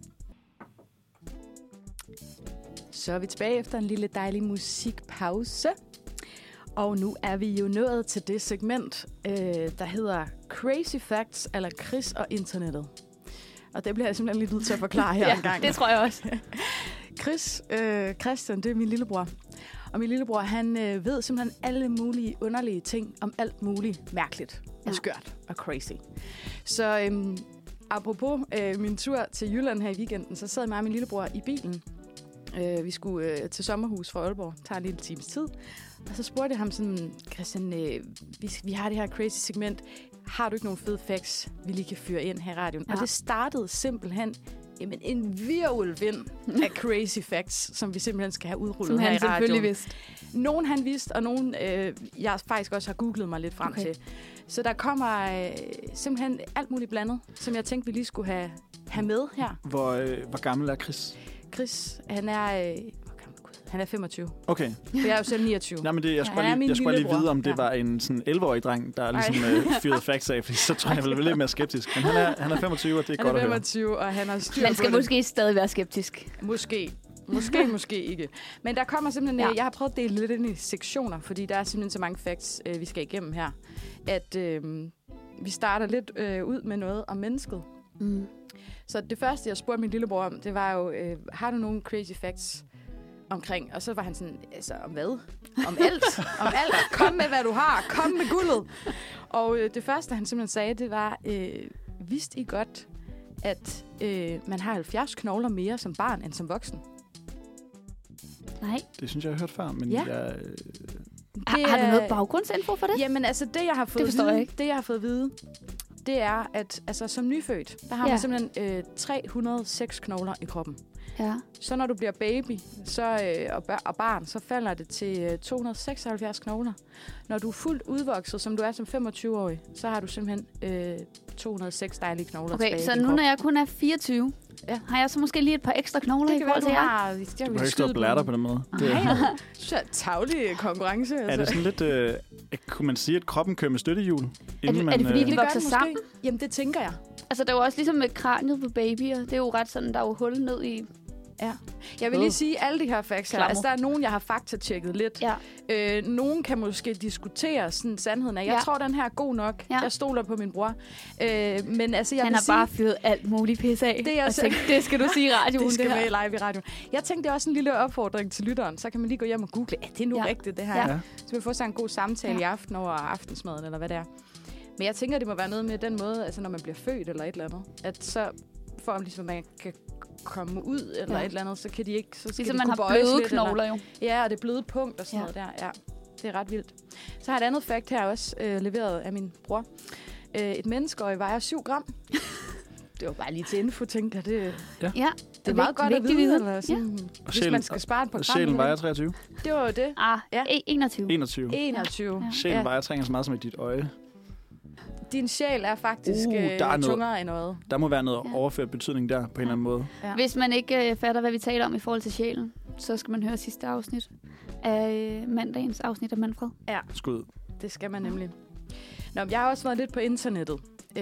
Så er vi tilbage efter en lille dejlig musikpause. Og nu er vi jo nået til det segment, der hedder Crazy Facts, eller Chris og internettet. Og det bliver jeg simpelthen lige nødt til at forklare her en gang. det tror jeg også. Christian, det er min lillebror. Og min lillebror, han ved simpelthen alle mulige underlige ting om alt muligt mærkeligt og skørt og crazy. Så apropos min tur til Jylland her i weekenden, så sad mig og min lillebror i bilen. Vi skulle til sommerhus fra Aalborg. Det tager en lille times tid. Og så spurgte jeg ham sådan, Christian, vi har det her crazy segment. Har du ikke nogle fede facts, vi lige kan fyre ind her i radioen? Ja. Og det startede simpelthen en virvelvind af crazy facts, som vi simpelthen skal have udrullet Som her i han radioen. selvfølgelig vidste. Nogen han vidste, og nogen jeg faktisk også har googlet mig lidt frem til. Så der kommer simpelthen alt muligt blandet, som jeg tænkte, vi lige skulle have med her. Hvor gammel er Chris? Chris, han er... Han er 25. Okay. For jeg er jo selv 29. Nej, men det, jeg skulle Han er min bare lige lillebror. vide, om det Ja. var en sådan 11-årig dreng, der ligesom fyrede facts af, fordi så tror jeg, jeg ville lidt mere skeptisk. Men han er 25, og det er Han godt er at høre. 25, og han har styr Man på skal det. måske stadig være skeptisk. Måske ikke. Men der kommer simpelthen... Ja. Jeg har prøvet at dele lidt ind i sektioner, fordi der er simpelthen så mange facts, vi skal igennem her. At vi starter lidt ud med noget om mennesket. Mm. Så det første, jeg spurgte min lillebror om, det var jo, har du nogle crazy facts omkring? Og så var han sådan, altså om hvad? Om alt. Om alt. Kom med, hvad du har. Kom med guldet. Og det første, han simpelthen sagde, det var, vidste I godt, at man har 70 knogler mere som barn end som voksen? Nej. Det synes jeg har hørt før, men Ja. jeg... Har du noget baggrundsinfo for det? Jamen, altså det, jeg har fået Det forstår jeg ikke. Det, jeg har fået at vide, det er, at altså, som nyfødt, der har man simpelthen 306 knogler i kroppen. Ja. Så når du bliver baby og barn, så falder det til 276 knogler. Når du er fuldt udvokset, som du er som 25-årig, så har du simpelthen 206 dejlige knogler tilbage Okay, i så din nu krop. når jeg kun er 24, har jeg så måske lige et par ekstra knogler Det i kan være, forhold du til jer? har... Du kan ikke stå og blære dig på den måde. Det, Nej, tavlig konkurrence. er det sådan lidt... kunne man sige, at kroppen kører med støttehjul? Er det fordi, vi gør vokser den sammen? måske. Jamen, det tænker jeg. Altså, der er jo også ligesom med kraniet på babyer. Det er jo ret sådan, der er jo hul ned i... Ja. Jeg vil lige sige, alle de her facts her, Klammer. altså der er nogen, jeg har faktatjekket lidt. Ja. Nogen kan måske diskutere sådan sandheden af. Jeg Ja. tror, den her er god nok. Ja. Jeg stoler på min bror. Men altså, jeg Han vil har sige, bare fyret alt muligt pis af. Det er og også- tænkt, det skal du sige i radioen, det skal her. med live i radioen. Jeg tænkte, det er også en lille opfordring til lytteren. Så kan man lige gå hjem og google, er det nu rigtigt, det her? Ja. Ja. Så vi får så en god samtale i aften over aftensmaden, eller hvad det er. Men jeg tænker, det må være noget med den måde, altså når man bliver født eller et eller andet, at så for om ligesom man kan komme ud eller et eller andet, så kan de ikke, så skal Ligesom de man kunne har bøjes bløde lidt, eller- knogler jo. Ja, og det bløde punkt og sådan noget der. Ja, det er ret vildt. Så har jeg et andet fact her også, leveret af min bror. Et menneskeøje vejer 7 gram. Det var bare lige til info, tænkte jeg. Det er meget godt at vide, eller sådan, hvis man skal spare et par gram. Sjælen vejer 23. Det var jo det. Ja. 21. 21. 21. Sjælen vejer 3 gange så meget som i dit øje. Din sjæl er faktisk der er noget- tungere end øjet. Der må være noget overført betydning der, på en eller anden måde. Ja. Hvis man ikke fatter, hvad vi taler om i forhold til sjælen, så skal man høre sidste afsnit af mandagens afsnit af Manfred. Ja, Skud. det skal man nemlig. Nå, jeg har også været lidt på internettet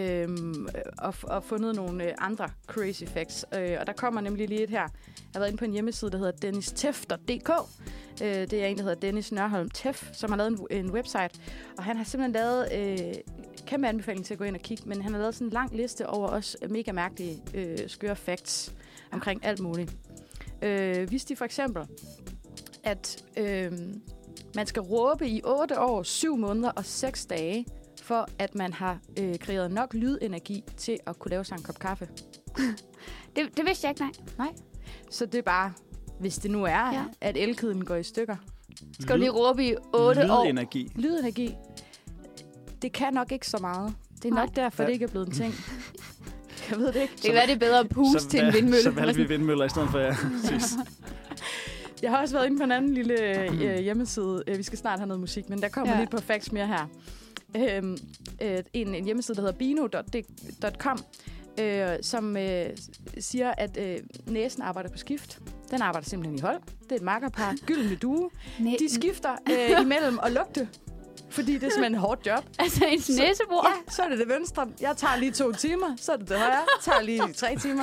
og fundet nogle andre crazy facts. Og der kommer nemlig lige et her. Jeg har været inde på en hjemmeside, der hedder dennistef.dk. Det er en, der hedder Dennis Nørholm Teff, som har lavet en website. Og han har simpelthen lavet kæmpe anbefaling til at gå ind og kigge, men han har lavet sådan en lang liste over også mega mærkelige skøre facts omkring alt muligt. Vidste de for eksempel, at man skal råbe i 8 år, 7 måneder og 6 dage, for at man har kreeret nok lydenergi til at kunne lave sig en kop kaffe. Det vidste jeg ikke, nej. Så det er bare, hvis det nu er, at elkedlen går i stykker. Skal du lige råbe i 8 år? Lydenergi. Lydenergi, det kan nok ikke så meget. Det er nok derfor, det ikke er blevet en ting. Jeg ved det ikke. Det kan være, det er bedre at puste til en vindmølle. Så valgte vi vindmøller i stedet for, ja. Jeg har også været inde på en anden lille hjemmeside. Vi skal snart have noget musik, men der kommer lige et par facts mere her. En hjemmeside, der hedder bino.com, som siger, at næsen arbejder på skift. Den arbejder simpelthen i hold. Det er et makkerpar, gyldne duo. De skifter imellem at lugte, fordi det er simpelthen et hårdt job. Altså ens næsebor? Ja, så er det venstre. Jeg tager lige 2 timer, så er det højre. Jeg tager lige 3 timer.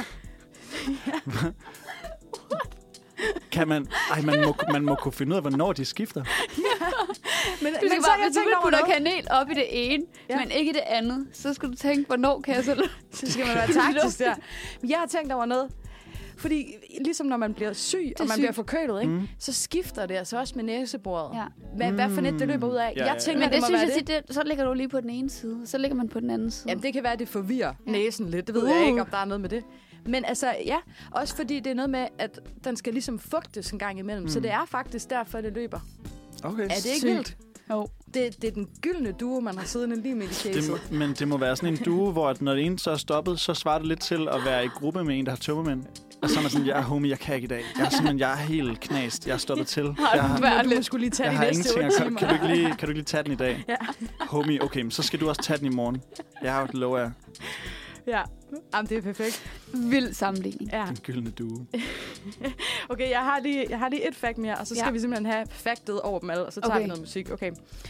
Kan man må kunne finde ud af, hvornår de skifter. Men, Du skal så bare, jeg hvis du tænkt over putter noget. kanel op i det ene, men ikke i det andet, så skal du tænke, hvornår kan jeg så... Så skal man være taktisk der. Men jeg har tænkt over noget. Fordi ligesom når man bliver syg, og man bliver forkølet, ikke, så skifter det altså også med næseboret. Ja. Hvad for net det løber ud af? Jeg tænker, Men det må synes være jeg, det. Så ligger du lige på den ene side, så ligger man på den anden side. Jamen, det kan være, at det forvirrer næsen lidt. Det ved jeg ikke, om der er noget med det. Men altså, ja, også fordi det er noget med, at den skal ligesom fugtes en gang imellem. Så det er faktisk derfor, det løber. Okay. Er det ikke vildt? Jo. Det er den gyldne duo, man har siddende lige midt i caset. Men det må være sådan en duo, hvor at når det ene så er stoppet, så svarer det lidt til at være i gruppe med en, der har tømmermænd. Og så er man sådan, homie, jeg kan ikke i dag. Jeg er helt knast. Jeg er stoppet til. Du skulle lige tage jeg de har næste 8 ingenting. timer. Kan du ikke lige tage den i dag? Ja. Homie, okay, så skal du også tage den i morgen. Jeg har jo et lov af Ja, jamen, det er perfekt. Vild sammenligning. Ja. den gyldne duo. Okay, jeg har lige et fact mere, og så skal vi simpelthen have factet over dem alle, og så tager vi noget musik. Okay.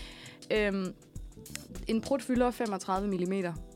En prut fylder 35 mm.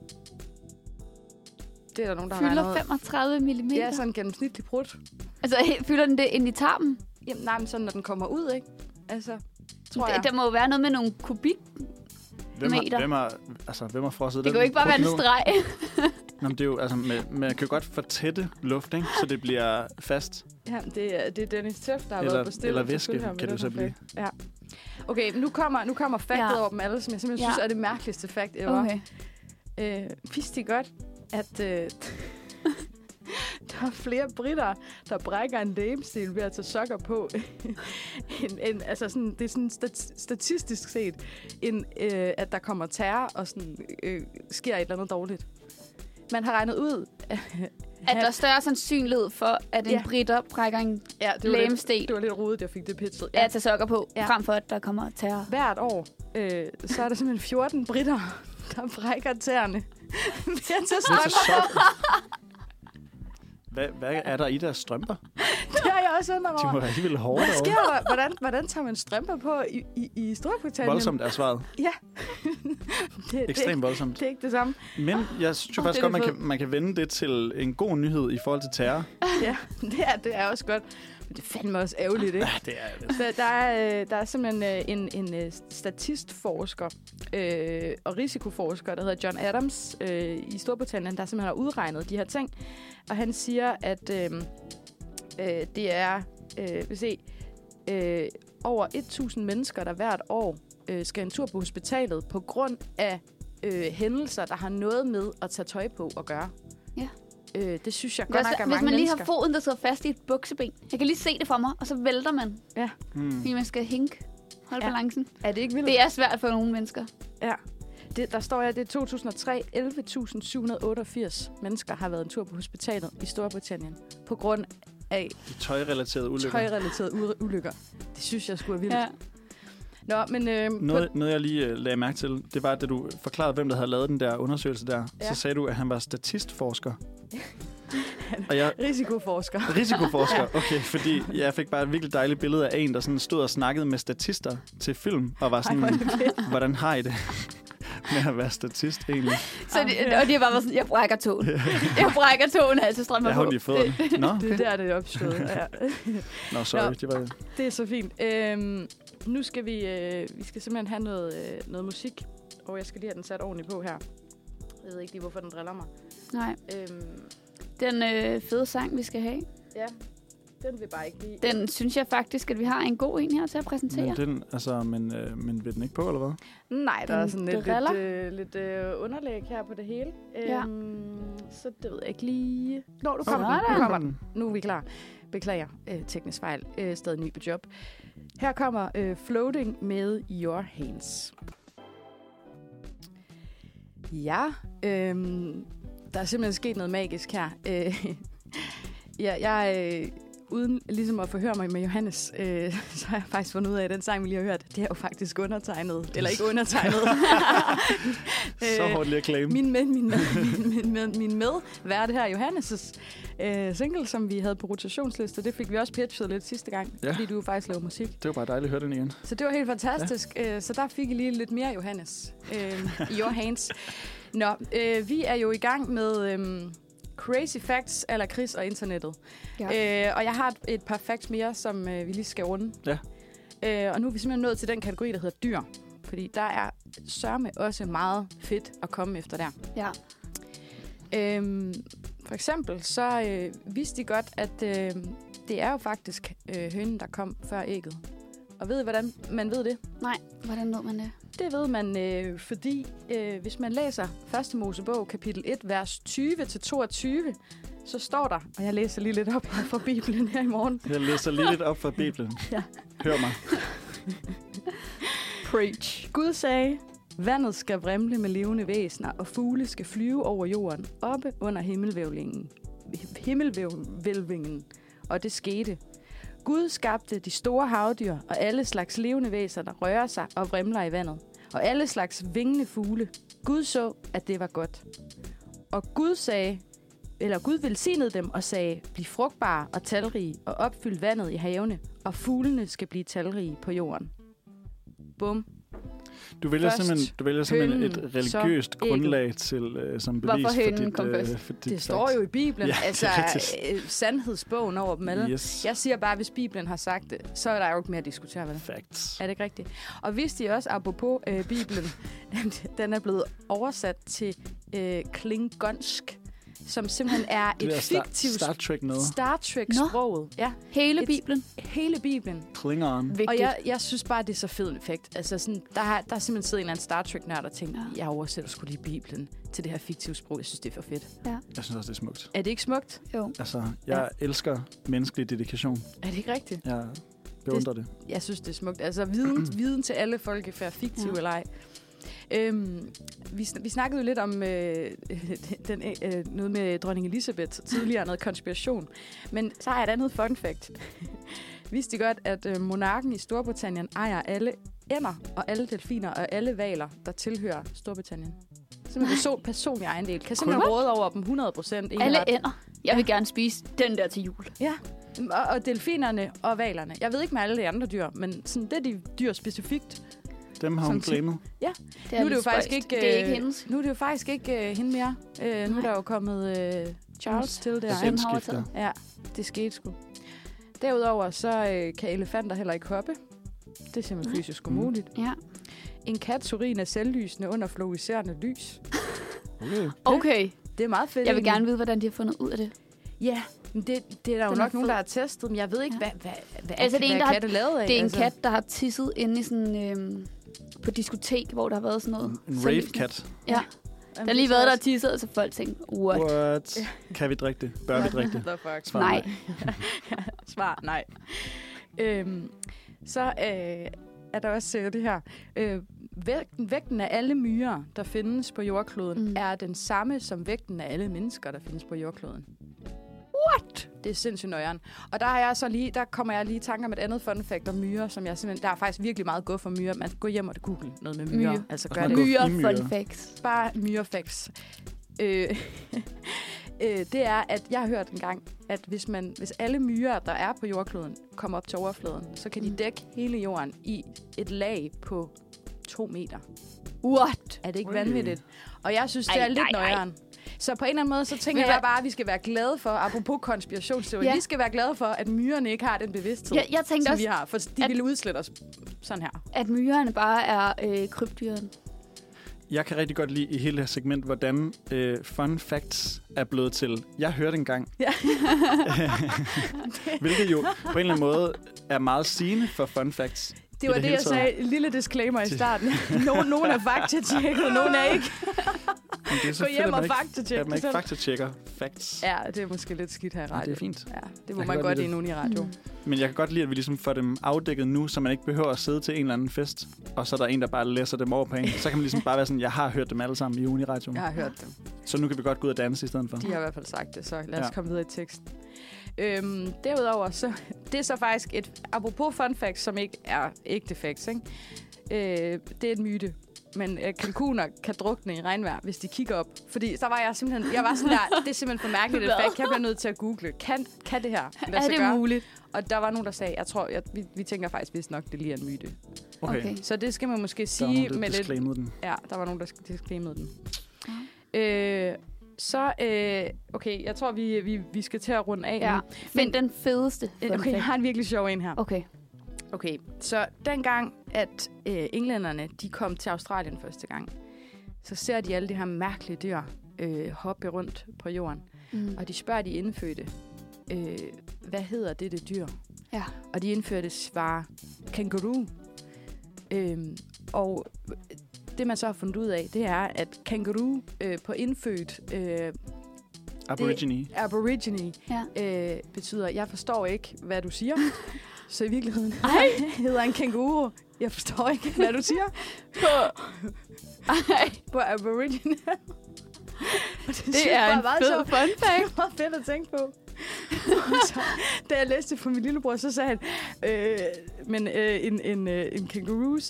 Det er der nogen, der har Fylder regnet. 35 mm? Ja, sådan en gennemsnitlig prut. Altså, fylder den det ind i tarmen? Jamen, nej, men sådan, når den kommer ud, ikke? Altså, tror jeg. Der må jo være noget med nogle kubik. Hvem har frosset det kan jo ikke bare være en streg. Nå, det er jo, altså, man kan jo godt fortætte luft, ikke? Så det bliver fast. Ja, det er Dennis Teff, der har været på stille. Eller væske, kan det så blive. Ja. Okay, nu kommer factet over dem alle, som jeg simpelthen synes er det mærkeligste fact ever. Okay. Vidste I godt, at der er flere britter, der brækker en damestil ved at tage sokker på. Altså sådan, det er sådan statistisk set, at der kommer terror og sådan, sker et eller andet dårligt. Man har regnet ud, at der er større sandsynlighed for, at en britter brækker en lamestil. Det var lidt rodet, jeg fik det pitchet. Ja, at tage sokker på, frem for at der kommer terror. Hvert år, så er der simpelthen 14 britter, der brækker tæerne ved at tage strømper. Hvad er der i deres strømper? Det har jeg også undret over. De må være alligevel hårde. Hvad sker der? Hvordan tager man strømper på i Storbritannien? Voldsomt er svaret. Ja. Ekstremt voldsomt. Det er ikke det samme. Men jeg synes faktisk godt, man kan vende det til en god nyhed i forhold til terror. Ja, det er også godt. Men det er fandme også ærgerligt, ikke? Ja, det er det. Der er simpelthen en statistforsker og risikoforsker, der hedder John Adams i Storbritannien, der simpelthen har udregnet de her ting. Og han siger, at det er over 1.000 mennesker, der hvert år skal en tur på hospitalet på grund af hændelser, der har noget med at tage tøj på at gøre. Ja. Det synes jeg godt nok er mange hvis man lige mennesker. har foden, der sidder fast i et bukseben. Jeg kan lige se det for mig, og så vælter man. Ja. Fordi man skal holde balancen. Er det ikke vildt? Det er svært for nogle mennesker. Ja. Der står det er 2003, 11.788 mennesker har været en tur på hospitalet i Storbritannien på grund af tøjrelaterede ulykker. Det synes jeg skulle er vildt. Ja. Nå, men noget jeg lige lagde mærke til, det var, da du forklarede, hvem der havde lavet den der undersøgelse der, så sagde du, at han var statistforsker. Risikoforsker, okay, fordi jeg fik bare et virkelig dejligt billede af en, der sådan stod og snakkede med statister til film, og var sådan, hvordan har I det med at være statist egentlig? Så og de har bare været sådan, jeg brækker tåen. Jeg brækker tåen, altså strømmer på. Jeg har lige fået det. Nå, okay. Det der, det er opstået. Ja. Nå, sorry, det var det. Det er så fint. Nu skal vi skal simpelthen have noget musik, og jeg skal lige have den sat ordentligt på her. Jeg ved ikke lige, hvorfor den driller mig. Nej. Den fede sang, vi skal have. Ja, den vil bare ikke lide. Den synes jeg faktisk, at vi har en god en her til at præsentere. Men vil den ikke på, eller hvad? Nej, der er sådan lidt underlæg her på det hele. Ja. Så det ved jeg ikke lige. Nå, du kommer den. Nu er vi klar. Beklager, teknisk fejl. Stadig ny på job. Her kommer Floating med Your Hands. Ja, der er simpelthen sket noget magisk her. Jeg uden ligesom at forhøre mig med Johannes, så har jeg faktisk fundet ud af, at den sang, vi lige har hørt, det er jo faktisk undertegnet. Eller ikke undertegnet. Så hårdt lige at claim. Min medvært her, Johannes' single, som vi havde på rotationsliste, det fik vi også pitchet lidt sidste gang, fordi du faktisk laver musik. Det var bare dejligt at høre den igen. Så det var helt fantastisk. Ja. Så der fik I lige lidt mere Johannes i your hands. Nå, vi er jo i gang med Crazy Facts eller Chris og internettet. Ja. Og jeg har et par facts mere, som vi lige skal runde. Ja. Og nu er vi simpelthen nået til den kategori, der hedder dyr. Fordi der er sørme også meget fedt at komme efter der. Ja. For eksempel, så vidste de godt, at det er jo faktisk hønen, der kom før ægget. Og ved I, hvordan man ved det? Nej, hvordan ved man det? Det ved man, fordi hvis man læser 1. Mosebog, kapitel 1, vers 20-22, så står der, og jeg læser lige lidt op her fra Bibelen her i morgen. Jeg læser lige lidt op fra Bibelen. Ja. Hør mig. Preach. Gud sagde, vandet skal vrimle med levende væsener, og fugle skal flyve over jorden, oppe under himmelvælvingen. Og det skete. Gud skabte de store havdyr og alle slags levende væsener, der rører sig og vrimler i vandet. Og alle slags vingende fugle. Gud så, at det var godt. Og Gud velsignede dem og sagde, bliv frugtbare og talrige og opfyld vandet i havene, og fuglene skal blive talrige på jorden. Bum. Du vælger simpelthen et religiøst grundlag til som bevis for dit det står jo i Bibelen, altså sandhedsbogen over dem alle. Yes. Jeg siger bare, hvis Bibelen har sagt det, så er der jo ikke mere at diskutere, vel? Facts. Er det ikke rigtigt? Og vidste I også, apropos Bibelen, den er blevet oversat til klingonsk, som simpelthen er Det et er fiktivt Star Trek noget. Star Trek-sproget. Ja, Hele Bibelen. hele Bibelen. Klingon. Vigtigt. Og jeg synes bare, det er så fed en effekt. Altså sådan, der er simpelthen siddet en eller anden Star Trek-nørd og tænkt, jeg oversætter sgu lige Bibelen til det her fiktive sprog. Jeg synes, det er for fedt. Jeg synes også, det er smukt. Er det ikke smukt? Jo. Altså, jeg elsker menneskelig dedikation. Er det ikke rigtigt? Jeg beundrer det. Jeg synes, det er smukt. Altså, viden til alle folkefærd, fiktiv eller ej. Vi snakkede jo lidt om noget med dronning Elisabeth tidligere, noget konspiration. Men så har jeg et andet fun fact. Vidste I godt, at monarken i Storbritannien ejer alle ænder og alle delfiner og alle hvaler, der tilhører Storbritannien? Simpelthen personlig ejendel. Kan simpelthen råde over dem 100%. Alle ænder. Jeg vil gerne spise den der til jul. Ja, og delfinerne og hvalerne. Jeg ved ikke med alle de andre dyr, men sådan, det er de dyr specifikt. Dem har hun claimet. Ja, Det er nu er det jo faktisk ikke, det er ikke hendes. Nu er det jo faktisk ikke hende mere. Nu er der jo kommet Charles til der. Hvem Den har skifter. overtaget? Ja, det skete sgu. Derudover så kan elefanter heller ikke hoppe. Det er simpelthen fysisk umuligt. Ja. En kats urin er selvlysende under fluorescerende lys. Okay. Det er meget fedt. Jeg vil egentlig. gerne vide, hvordan de har fundet ud af det. Ja, men det er der jo Den nok er nogen, fed. der har testet, men jeg ved ikke, Ja. hvad Altså, det er en, hvad der har- katte lavet af. Det er en altså. kat, der har tisset inde i sådan... på diskotek, hvor der har været sådan noget. En selvlysende. rave-kat. Ja. Jamen, Der har det lige tror været jeg der tisset, og så folk tænkte, what? What? Kan vi drikke det? Bør vi drikke det? The fuck? Svar Nej. Svar nej. Så er der også det her. Vægten af alle myrer, der findes på jordkloden, er den samme som vægten af alle mennesker, der findes på jordkloden. What? Det er sindssygt nøjeren. Og der kommer jeg lige i tanke om et andet fun fact om myrer, som jeg simpelthen... Der er faktisk virkelig meget gå for myrer. Man skal gå hjem og google noget med myrer. Myre. Altså Og gør sådan det. noget. Myre myre. fun facts. Bare myrefacts. Det er, at jeg har hørt engang, at hvis alle myrer, der er på jordkloden, kommer op til overfladen, så kan de dække hele jorden i et lag på 2 meter. What? Er det ikke Ui. vanvittigt? Og jeg synes, det er lidt nøjeren. Så på en eller anden måde, så tænker jeg bare, at vi skal være glade for, apropos konspirationsteori, Ja. vi skal være glade for, at myrerne ikke har den bevidsthed, Jeg tænkte som også, vi har. For de ville udslette os sådan her. at myrerne bare er krybdyren. Jeg kan rigtig godt lide i hele det her segment, hvordan fun facts er blevet til. Jeg hørte engang. Ja. Hvilket jo på en eller anden måde er meget sigende for fun facts. Det var I det, hele jeg taget. sagde. En lille disclaimer i starten. Nogen er faktatjekket, nogen er ikke. Men det er så Gå fedt, hjem at og man ikke, faktatjek. at man ikke faktatjekker facts. Ja, det er måske lidt skidt her i Ja, radio. det er fint. Ja, det må Jeg man kan godt godt lide i nogen i radio. Men jeg kan godt lide, at vi ligesom får dem afdækket nu, så man ikke behøver at sidde til en eller anden fest, og så er der en, der bare læser dem over på en. Så kan man ligesom bare være sådan, jeg har hørt dem alle sammen i Uniradioen. Jeg har hørt dem. Så nu kan vi godt gå ud og danse i stedet for. De har i hvert fald sagt det, så lad os Ja. komme videre i teksten. Derudover, så det er så faktisk et apropos fun facts, som ikke er ægte facts, ikke? Det er et myte. Men kalkuner kan drukne i regnvejr, hvis de kigger op. Fordi så var jeg sådan der, det er simpelthen for mærkeligt et fact. Jeg bliver nødt til at google. Kan det her lade Er sig det gøre? muligt? Og der var nogen, der sagde, vi tænker faktisk vist nok, det lige er en myte. Okay. Så det skal man måske Der var nogen, sige der med lidt... disclaimede den. Ja, der var nogen, der disclaimede den. Okay, jeg tror, vi skal til at runde af Ja. nu. Find den fedeste fun Okay, jeg fact. har en virkelig sjov en her. Okay. Okay, så dengang, at englænderne de kom til Australien første gang, så ser de alle de her mærkelige dyr hoppe rundt på jorden. Og de spørger de indfødte, hvad hedder det dyr? Ja. Og de indførte svar kænguru. Og det, man så har fundet ud af, det er, at kænguru på indfødt Aborigine betyder, jeg forstår ikke, hvad du siger. Så i virkeligheden hedder en kænguru. Jeg forstår ikke, hvad du siger. På Aborigine. Det er en fed fun fact. Det er meget fedt at tænke på. Så, da jeg læste for min lillebror, så sagde han, en kængurus,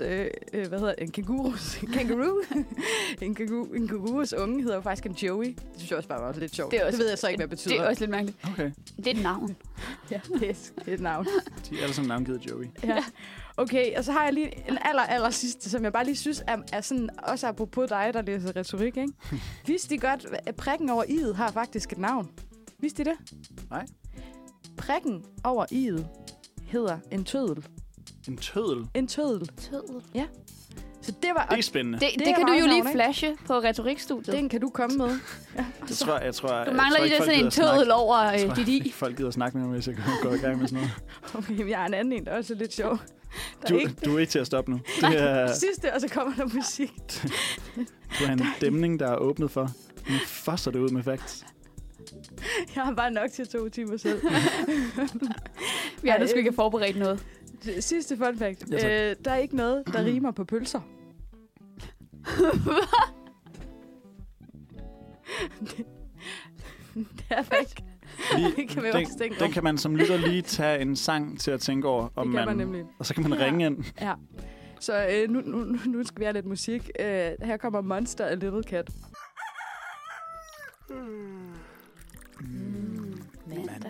en kængurus unge hedder jo faktisk en Joey. Det synes jeg også bare var lidt sjovt. Det ved jeg så ikke, hvad det betyder. Det er også lidt mærkeligt. Okay. Det er et navn. Ja, det er et navn. De er alle sammen navngivet Joey. Ja. Okay, og så har jeg lige en aller sidste, som jeg bare lige synes er sådan, også apropos dig, der læser retorik, ikke? Vidste I godt, at prikken over i'et har faktisk et navn? Vidste I det? Nej. Prikken over i'et hedder en tødel. En tødel? En tødel. Tødel. Ja. Så det var... Det er spændende. Det kan du jo lige flashe på retorikstudiet. Den kan du komme med. Ja. Jeg tror, du mangler lige sådan en tødel over dit i. Folk gider snakke med mig, hvis jeg kan gå i gang med sådan noget. Okay, jeg har en anden en, der også er lidt sjov. Du er ikke til at stoppe nu. Nej, sidste, og så kommer der musik. Du har en dæmning, der er åbnet for. Nu fosser det ud med facts. Jeg har bare nok til 2 timer selv. Vi har da sgu ikke forberedt noget. Sidste fun fact. Ja, der er ikke noget, der rimer på pølser. Det er faktisk... Den kan man som lytter lige tage en sang til at tænke over. Om det kan man nemlig. Og så kan man ringe ind. Ja. Så nu skal vi have lidt musik. Her kommer Monster af Little Cat. Mandag.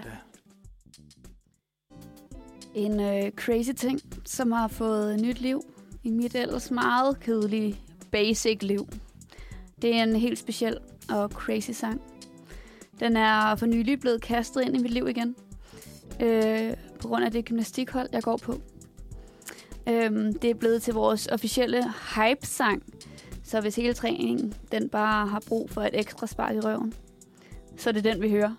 En crazy ting, som har fået nyt liv i mit ellers meget kedelige basic liv. Det er en helt speciel og crazy sang. Den er for nylig blevet kastet ind i mit liv igen. På grund af det gymnastikhold, jeg går på. Det er blevet til vores officielle hype-sang. Så hvis hele træningen den bare har brug for et ekstra spark i røven, så er det den, vi hører.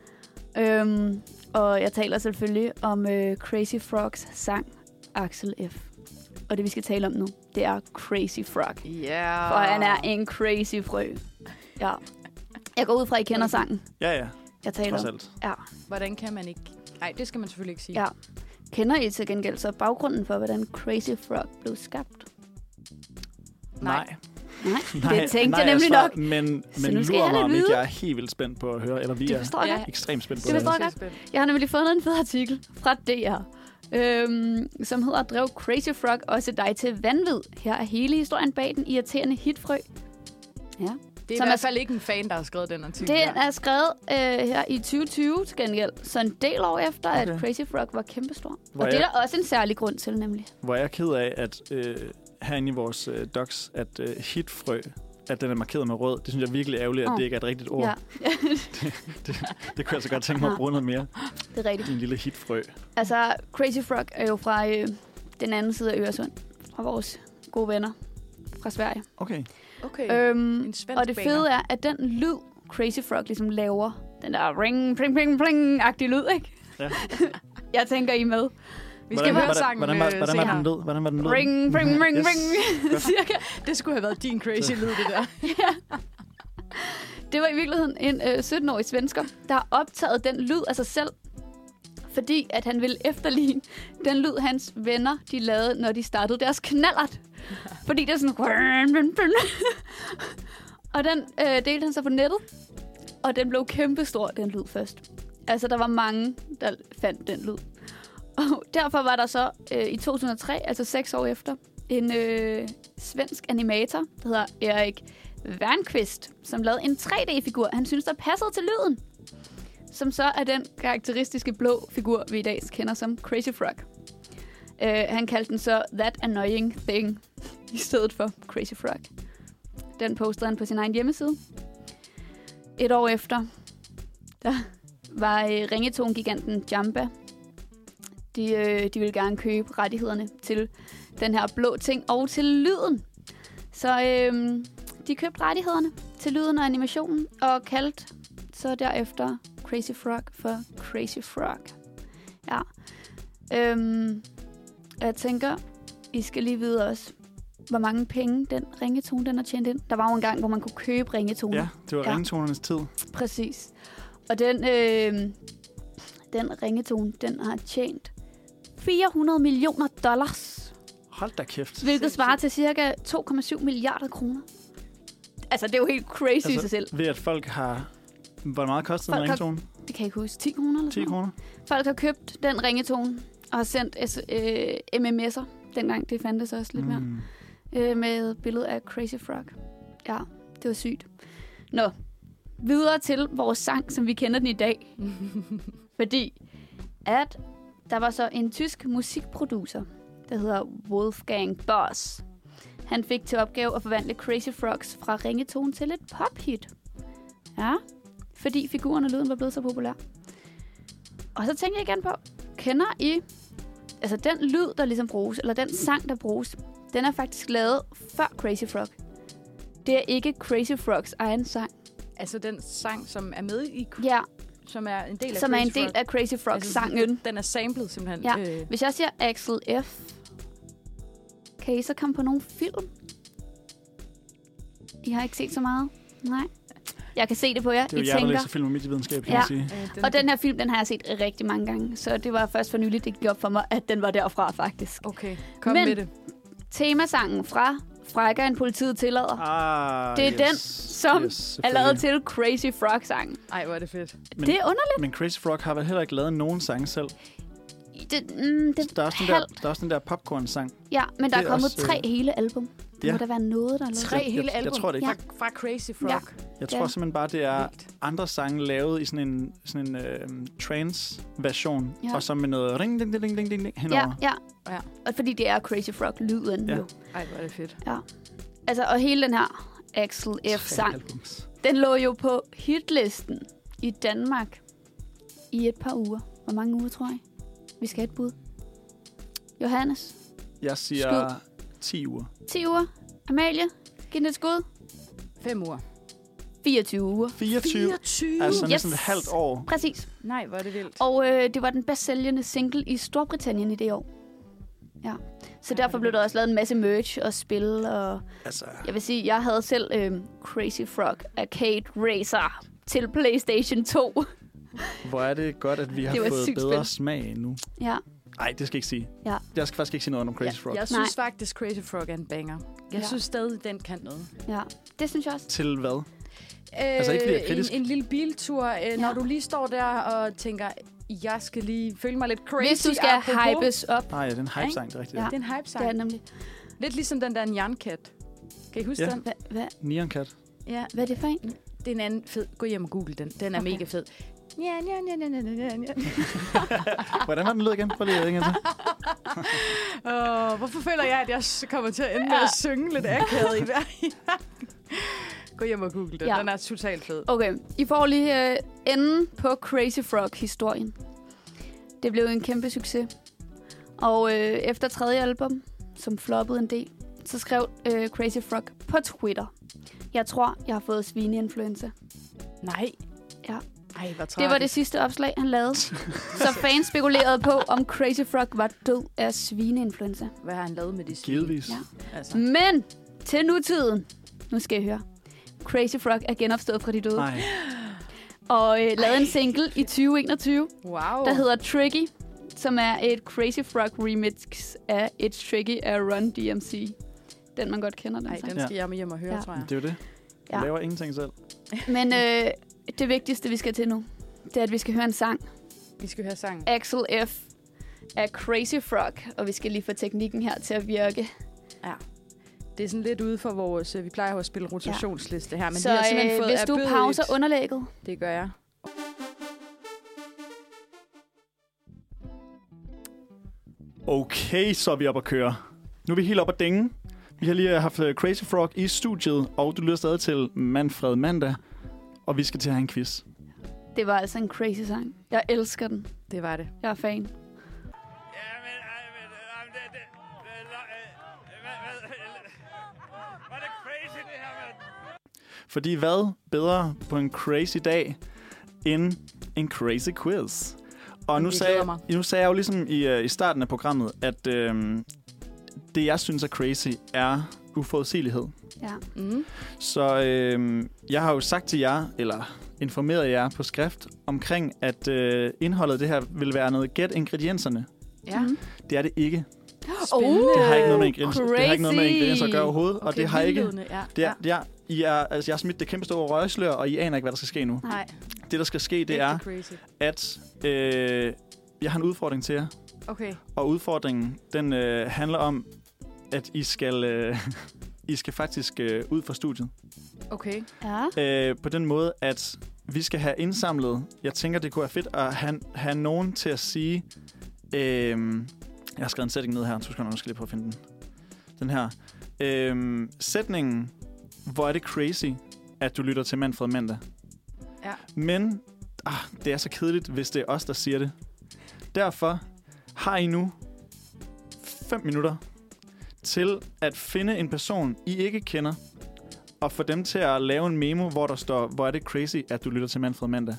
Og jeg taler selvfølgelig om Crazy Frogs sang Axel F. Og det, vi skal tale om nu, det er Crazy Frog. Yeah. For han er en crazy frø. Ja. Jeg går ud fra, at I kender sangen. Ja. Jeg taler om. Ja. Hvordan kan man ikke... Nej, det skal man selvfølgelig ikke sige. Ja. Kender I til gengæld så baggrunden for, hvordan Crazy Frog blev skabt? Nej. Det tænkte jeg nemlig nok. Men lurer mig, om ikke jeg er helt vildt spændt på at høre, eller vi er ekstremt spændt på det at høre. Det forstår jeg godt. Jeg har nemlig fundet en fed artikel fra DR, som hedder Drev Crazy Frog også dig til vanvid. Her er hele historien bag den irriterende hitfrø. Ja. Det er i hvert fald ikke en fan, der har skrevet den artikel. Den er skrevet her i 2020 til gengæld, så en del år efter, at Crazy Frog var kæmpestor. Og det er der også en særlig grund til, nemlig. Hvor jeg er ked af, at herinde i vores docs, at hitfrø, at den er markeret med rød. Det synes jeg er virkelig ærgerligt, at det ikke er et rigtigt ord. Ja. det kunne jeg så godt tænke mig at bruge noget mere. Det er rigtigt. En lille hitfrø. Altså, Crazy Frog er jo fra den anden side af Øresund. Fra vores gode venner fra Sverige. Okay. Og det fede er, at den lyd, Crazy Frog ligesom laver, den der ring, pling, pling, pling-agtige lyd, ikke? Ja. Jeg tænker, I er med. Vi skal høre sangen Hvordan var den lyd? Ring, ring, ring, ring. Cirka. Det skulle have været din crazy lyd, det der. Ja. Det var i virkeligheden en 17-årig svensker, der har optaget den lyd af sig selv, fordi at han ville efterligne den lyd, hans venner de lavede, når de startede deres knallert. Fordi det er sådan... Og den delte han så på nettet, og den blev kæmpestor, den lyd først. Altså, der var mange, der fandt den lyd. Og derfor var der så i 2003, altså 6 år efter, en svensk animator, der hedder Erik Wernqvist, som lavede en 3D-figur, han synes, der passede til lyden. Som så er den karakteristiske blå figur, vi i dag kender som Crazy Frog. Han kaldte den så That Annoying Thing, i stedet for Crazy Frog. Den postede han på sin egen hjemmeside. Et år efter, der var ringetone-giganten Jamba. De ville gerne købe rettighederne til den her blå ting og til lyden. Så de købte rettighederne til lyden og animationen og kaldte så derefter Crazy Frog for Crazy Frog. Ja. Jeg tænker, I skal lige vide også, hvor mange penge den ringetone, den har tjent ind. Der var jo en gang, hvor man kunne købe ringetoner. Ja, det var ringetonernes tid. Præcis. Og den ringetone, den har tjent $400 millioner. Hold da kæft. Hvilket svarer til cirka 2,7 milliarder kroner. Altså, det er jo helt crazy i sig selv. Ved at folk har... Hvor meget kostede en ringetone? Det kan jeg ikke huske. 10 kroner eller sådan 10 kroner? Folk har købt den ringetone og har sendt MMS'er, dengang det fandtes også lidt mere, med billedet af Crazy Frog. Ja, det var sygt. Nå, videre til vores sang, som vi kender den i dag. Fordi at der var så en tysk musikproducer, der hedder Wolfgang Boss. Han fik til opgave at forvandle Crazy Frogs fra ringetone til et pophit. Ja, fordi figuren og lyden var blevet så populær. Og så tænker jeg igen på, kender I, altså den lyd, der ligesom bruges, eller den sang, der bruges, Den er faktisk lavet før Crazy Frog. Det er ikke Crazy Frogs egen sang. Altså den sang, som er med i... Ja, Som er en del af som Crazy er en del Frog. af Crazy Frog-sangen. Den er samlet simpelthen. Ja. Hvis jeg siger Axel F, kan I så komme på nogle film? I har ikke set så meget? Nej. Jeg kan se det på jer. Det er jo I jer, der tænker. læser film om medievidenskab, kan man sige. Og den her film, den har jeg set rigtig mange gange. Så det var først for nylig, det gik op for mig, at den var derfra faktisk. Okay, kom Men med det. Temasangen fra Frækkere end politiet tillader, det er den, som er lavet til Crazy Frog-sangen. Ej, hvor er det fedt. Men, Det er underligt. Men Crazy Frog har vel heller ikke lavet nogen sang selv. Det Der er også den der popcorn-sang. Ja, men der Det er er kommet også, 3 hele album. Det må da være noget, der er lavet. 3 hele jeg album tror det ikke. fra Crazy Frog. Ja. Jeg tror simpelthen bare, det er andre sange lavet i sådan en trance-version. Ja. Og så med noget ring ding ding ding ding henover. Ja. Ja. Og fordi det er Crazy Frog-lyden Ja. jo. Ej, hvor er det fedt. Ja. Altså, og hele den her Axel F-sang, Albums. den lå jo på hitlisten i Danmark i et par uger. Hvor mange uger, tror jeg? Vi skal have et bud. Johannes, Jeg siger 10 uger. 10 uger. Amalie, giv den et skud. 5 uger. 24 uger. 24. Altså næsten Yes. et halvt år. Præcis. Nej, hvor er det vildt. Og det var den bedst sælgende single i Storbritannien i det år. Ja. Så derfor blev der også lavet en masse merch og spil. Og Altså, jeg vil sige, jeg havde selv Crazy Frog Arcade Racer til PlayStation 2. hvor er det godt, at vi har Det var fået sygt bedre spil. smag nu. Ja. Nej, det skal jeg ikke sige. Ja. Jeg skal faktisk ikke sige noget om Crazy Frog. Jeg synes faktisk, Crazy Frog er en banger. Jeg synes stadig, den kan noget. Ja, det synes jeg også. Til hvad? Altså, ikke fordi jeg er kritisk. En lille biltur, når du lige står der og tænker, jeg skal lige føle mig lidt crazy. Hvis du skal hypes op. Nej, det er en hype-sang, det er rigtigt. Ja. Det er en Det hype-sang. er nemlig. Lidt ligesom den der Nyan-kat. Kan I huske Ja. den? Neon Cat. Ja, Hvad er det for en? det er en anden fed. Gå hjem og google den. Den er Okay. mega fed. Ja. Hvordan var den lyd igen? Prøv lige at ringe til. Hvorfor føler jeg, at jeg kommer til at ende med at synge lidt akavet i hver? Gå hjem og google den. Ja. Den er totalt fed. Okay, I får lige enden på Crazy Frog-historien. Det blev en kæmpe succes. Og efter 3. album, som floppede en del, så skrev Crazy Frog på Twitter: jeg tror, jeg har fået svineinfluenza. Nej. Ja. Ej, hvor Det var det sidste opslag, han lavede. Så fans spekulerede på, om Crazy Frog var død af svineinfluenza. Hvad har han lavet med de svin? Givetvis. Ja. Altså. Men til nutiden, nu skal I høre, Crazy Frog er genopstået fra de døde. Nej. Og lavede en single i 2021, Wow. der hedder Tricky, som er et Crazy Frog remix af It's Tricky af Run DMC. Den man godt kender, den Ej, sang. den skal jeg med hjem og høre, Ja. tror jeg. Det er jo det. Jeg Ja. laver ingenting selv. Men det vigtigste, vi skal til nu, det er, at vi skal høre en sang. Vi skal høre sangen. Axel F. af Crazy Frog, og vi skal lige få teknikken her til at virke. Det er sådan lidt ude for vores... Vi plejer jo at spille rotationsliste her, men så vi har simpelthen fået hvis du erbødigt- pauser underlægget. Det gør jeg. Okay, så er vi oppe at køre. Nu er vi helt oppe at dænge. Vi har lige haft Crazy Frog i studiet, og du lytter stadig til Manfred Mandag. Og vi skal til at have en quiz. Det var altså en crazy sang. Jeg elsker den. Det var det. Jeg er fan. Ja, men var det crazy, det her, mand? Fordi hvad bedre på en crazy dag end en crazy quiz? Og Jamen, nu jeg sagde, glæder mig. nu sagde jeg jo ligesom i starten af programmet, at det jeg synes er crazy er uforudsigelighed. Ja. Mm. Så jeg har jo sagt til jer, eller informeret jer på skrift, omkring at indholdet af det her vil være noget gæt ingredienserne. Ja. Mm. Det er det ikke. Spændende. Det har ikke noget med ingredienser, crazy. det har ikke noget med ingredienser at gøre overhovedet. Og det har ikke... vildledende, Ja. Det er, jeg har smidt det kæmpe store røgslør, og I aner ikke, hvad der skal ske nu. Nej, Det, der skal ske, det ægte er, crazy. at jeg har en udfordring til jer. Okay. Og udfordringen, den handler om, at I skal, I skal faktisk ud fra studiet. Okay. Ja. På den måde, at vi skal have indsamlet... Jeg tænker, det kunne være fedt at have nogen til at sige... jeg har skrevet en sætning ned her. Så skal jeg måske lige prøve at finde den. Den her. Sætningen, hvor er det crazy, at du lytter til Manfred Mandag. Ja. Men det er så kedeligt, hvis det er os, der siger det. Derfor har I nu 5 minutter til at finde en person, I ikke kender, og få dem til at lave en memo, hvor der står, hvor er det crazy, at du lytter til Manfred Mandag.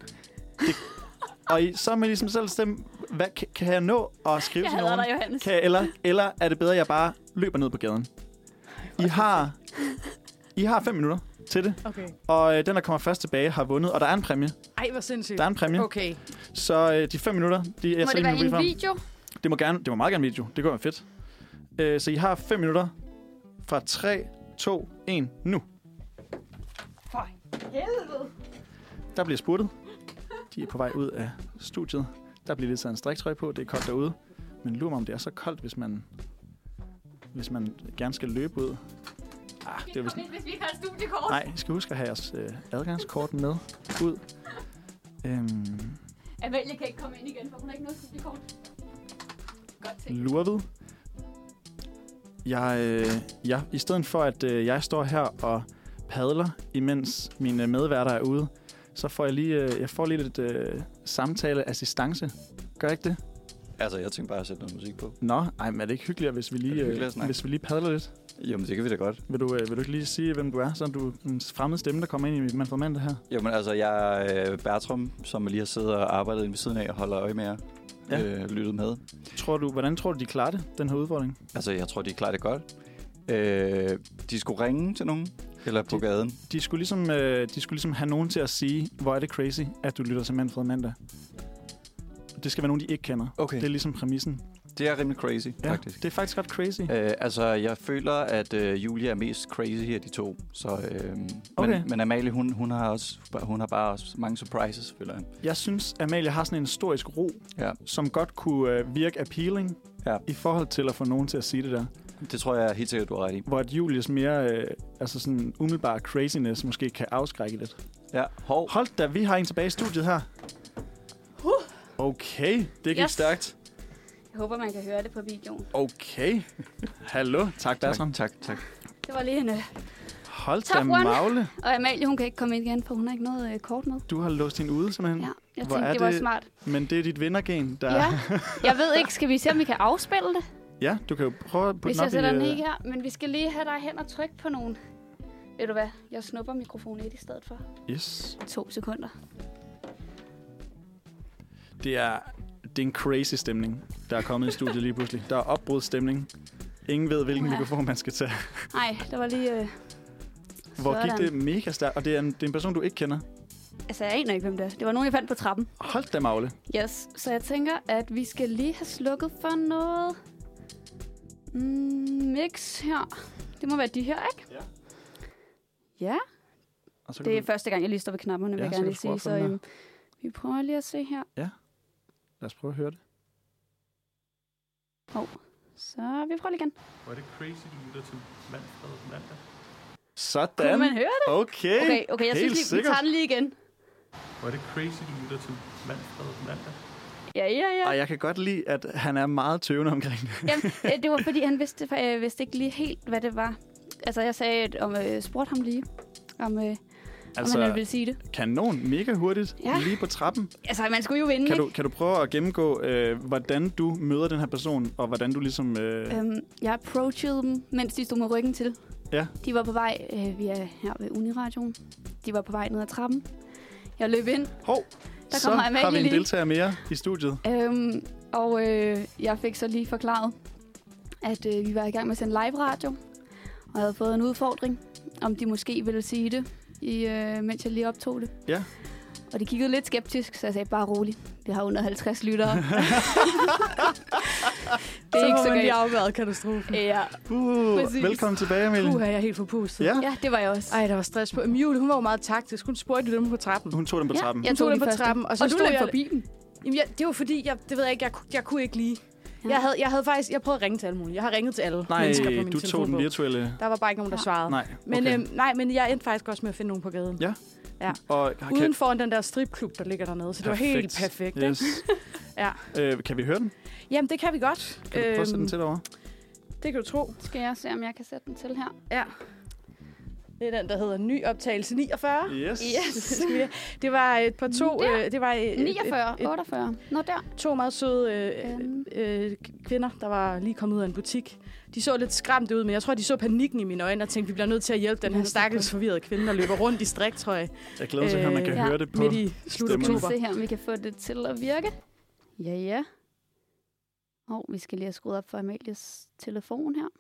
Og så må I ligesom selv stemme, hvad kan jeg nå at skrive til nogen? Dig, Johannes. Eller er det bedre, at jeg bare løber ned på gaden? I har 5 minutter til det. Okay. Og den, der kommer først tilbage, har vundet. Og der er en præmie. Ej, hvor sindssygt. Der er en præmie. Okay. Så de 5 minutter... Må det være en video? Det må meget gerne video. Det går være fedt. Så I har 5 minutter fra 3, 2, 1, nu. For helvede. Der bliver spurtet. De er på vej ud af studiet. Der bliver lidt sådan en striktrøje på. Det er koldt derude. Men lurer mig, om det er så koldt, hvis man gerne skal løbe ud. Det er hvis vi ikke har et studiekort. Nej, I skal huske at have jeres adgangskort med ud. Amalie kan ikke komme ind igen, for hun har ikke noget studiekort. Godt tænkt. Lurved. I stedet for, at jeg står her og padler, imens mine medværter er ude, så får jeg får lige lidt samtaleassistance. Gør ikke det? Altså, jeg tænker bare at sætte noget musik på. Nå, men er det ikke hyggeligt, hvis vi lige padler lidt? Jamen, det kan vi da godt. Vil du ikke lige sige, hvem du er? Så er du en fremmed stemme, der kommer ind i Manfred Mandag her. Jamen, altså, jeg er Bertram, som lige har siddet og arbejdet inde ved siden af og holder øje med jer. Ja. Lyttet med. Hvordan tror du, de klarer det, den her udfordring? Altså, jeg tror, de klarer det godt. De skulle ringe til nogen, eller på gaden. De skulle ligesom have nogen til at sige, hvor er det crazy, at du lytter til Manfred Mandag. Det skal være nogen, de ikke kender. Okay. Det er ligesom præmissen. Det er rimelig crazy, ja, faktisk. Det er faktisk ret crazy. Altså, jeg føler, at Julia er mest crazy her, de to. Så, okay. Men Amalie, hun har bare også mange surprises, føler jeg. Jeg synes, Amalie har sådan en historisk ro, som godt kunne virke appealing i forhold til at få nogen til at sige det der. Det tror jeg helt sikkert, du har ret i. Hvor at Julies mere sådan umiddelbare craziness måske kan afskrække lidt. Ja. Hold da, vi har en tilbage i studiet her. Okay, det gik stærkt. Jeg håber, man kan høre det på videoen. Okay. Hallo. Tak, Bertram. Tak. Det var lige en hold da magle. Og Amalie, hun kan ikke komme ind igen, for hun har ikke noget kort med. Du har låst hende ude, simpelthen? Ja, jeg tænkte, det var smart. Men det er dit vindergen, der... Ja, jeg ved ikke. Skal vi se, om vi kan afspille det? Ja, du kan jo prøve at putte hvis jeg sætter den ikke her. Men vi skal lige have dig hen og trykke på nogen. Ved du hvad? Jeg snupper mikrofonen 1 i stedet for. Yes. 2 sekunder. Det er en crazy stemning, der er kommet i studiet lige pludselig. Der er opbrudsstemning. Ingen ved, hvilken mikrofon man skal tage. Nej, der var lige... Hvor gik det mega stærkt? Og det er en person, du ikke kender? Altså, jeg aner ikke, hvem det er. Det var nogen, jeg fandt på trappen. Hold da magle. Yes, så jeg tænker, at vi skal lige have slukket for noget... mix her. Det må være de her, ikke? Ja. Og det er første gang, jeg lige står ved knapperne, vil jeg gerne lige sige. Så vi prøver lige at se her. Ja. Lad os prøve at høre det. Så vi prøver lige igen. Hvor er det crazy, du lytter til Manfred Mandag? Sådan. Kunne man høre det? Okay, jeg synes lige, vi tager den lige igen. Hvor er det crazy, du lytter til Manfred Mandag? Ja. Og jeg kan godt lide, at han er meget tøvende omkring det. Jamen, det var fordi, han vidste ikke lige helt, hvad det var. Altså, jeg sagde, spurgte ham lige, om han ville sige det. Kanon, mega hurtigt, lige på trappen. Altså, man skulle jo vinde, kan du prøve at gennemgå, hvordan du møder den her person, og hvordan du ligesom... Jeg approachede dem, mens de stod med ryggen til. Ja. De var på vej, vi er her ved Uniradioen. De var på vej ned ad trappen. Jeg løb ind. Der så har vi en deltager mere i studiet. Jeg fik så lige forklaret, at vi var i gang med at sende live radio, og havde fået en udfordring, om de måske ville sige det, mens jeg lige optog det. Ja. Og de kiggede lidt skeptisk, så jeg sagde, bare roligt. Vi har under 50 lyttere. Det er ikke så lige afværet katastrofen. Ja. Velkommen tilbage, Amalie. Jeg er helt forpustet. Ja, det var jeg også. Ej, der var stress på. Julie, hun var jo meget taktisk. Hun spurgte dem på trappen. Hun tog dem på trappen. Jeg tog dem på trappen. Og så du løb forbi dem. Jamen, det var fordi, jeg kunne ikke lige. Ja. Jeg prøvede at ringe til alle mulige. Jeg har ringet til alle mennesker på min telefon. Du tog den virtuelle... Der var bare ikke nogen, der svarede. Nej, okay. Men jeg endte faktisk også med at finde nogen på gaden. Ja. Og uden foran den der stripklub, der ligger dernede. Så perfekt. Det var helt perfekt. Yes. Ja. Kan vi høre den? Jamen, det kan vi godt. Kan du prøve at sætte den til derovre? Det kan du tro. Skal jeg se, om jeg kan sætte den til her? Ja. Det er den, der hedder ny optagelse 49. Yes. Det var et par to... det var 49, 48. Nå der. 2 meget søde kvinder, der var lige kommet ud af en butik. De så lidt skræmte ud, men jeg tror, de så panikken i mine øjne og tænkte, vi bliver nødt til at hjælpe den her stakkels forvirrede kvinde, der løber rundt i striktrøje. Jeg glæder mig til, at man kan høre det på midt i slut stemmen. oktober. Se her, om vi kan få det til at virke. Ja. Vi skal lige have skruet op for Amalies telefon her.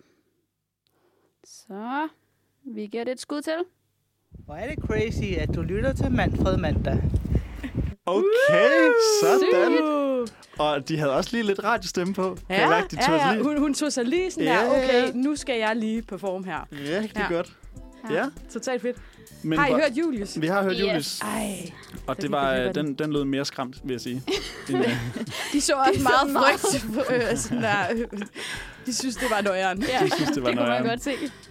Så, vi giver det et skud til. Hvor er det crazy, at du lytter til Manfred Mandag. Okay, sådan. Og de havde også lige lidt radiostemme på. Hun tog sig lige sådan der, okay, nu skal jeg lige performe her. Rigtig godt. Ja. Totalt fedt. Men har I hørt Julius? Vi har hørt Julius. Ej. Og det var, den lød mere skræmt, vil jeg sige. De så også meget frygt på sådan der. De synes, det var nøjeren. Ja, de synes, det var det kunne man godt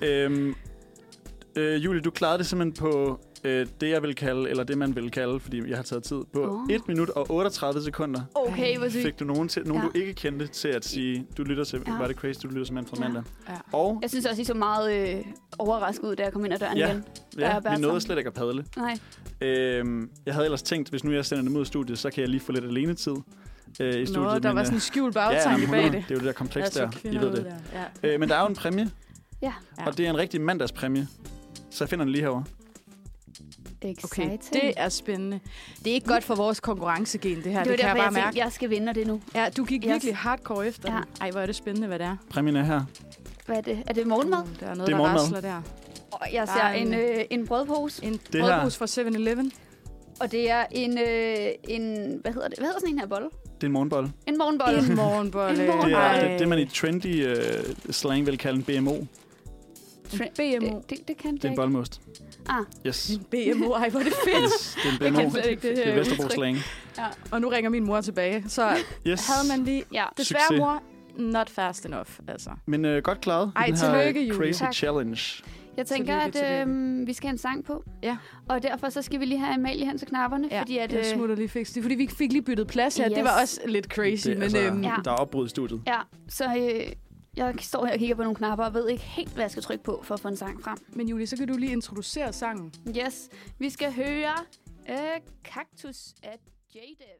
se. Julie, du klarede det simpelthen på det, jeg vil kalde, eller det, man vil kalde, fordi jeg har taget tid, på 1 minut og 38 sekunder. Okay, hvor sygt. Fik du nogen du ikke kendte til at sige, du lytter til, var det crazy, du lytter til Manfred Mandag. Ja. Og jeg synes også, I så meget overrasket ud, da jeg kom ind ad døren igen. Ja, vi nåede slet ikke at padle. Nej. Jeg havde ellers tænkt, hvis nu jeg sender dem ud af studiet, så kan jeg lige få lidt alenetid i studiet. Der var sådan en skjult bagtanke bag det. Det er jo det der kompleks der, I ved det. Ja. Men der er jo en præmie, ja. Og det er en rigtig mandagspræmie. Så jeg finder den lige herovre. Okay, det er spændende. Det er ikke godt for vores konkurrencegen, det her. Det kan jeg bare mærke. Tænkte, jeg skal vinde det nu. Ja, du gik virkelig hardcore efter den. Ej, hvor er det spændende, hvad det er. Præmien er her. Hvad er det? Er det morgenmad? Der er noget, der rasler der. Og jeg ser en brødpose. En brødpose fra 7-Eleven. Og det er en hvad hedder det? Hvad hedder sådan en her bolle? Det er en morgenbolle. En morgenbolle. En morgenbolle. Det er det, man i trendy slang vil kalde en BMO. BMO. Det kan det er en bollemost. Yes. En BMO. Ej, hvor er det fedt. Det er en BMO. Det er Vesterbro slang. Ja. Og nu ringer min mor tilbage. Så havde man lige... Ja, desværre mor, not fast enough. Altså. Men godt klaret. Ej, tillykke, Julie. Crazy challenge. Jeg tænker, at vi skal have en sang på. Ja. Og derfor så skal vi lige have Amalie hen til knapperne. Ja, fordi at, jeg smutter lige fikst. Det er fordi, vi fik lige byttet plads her. Yes. Det var også lidt crazy. Det, men, der er opbrud i studiet. Ja, så jeg står her og kigger på nogle knapper og ved ikke helt, hvad jeg skal trykke på for at få en sang frem. Men Julie, så kan du lige introducere sangen. Yes, vi skal høre Cactus af J-Dev.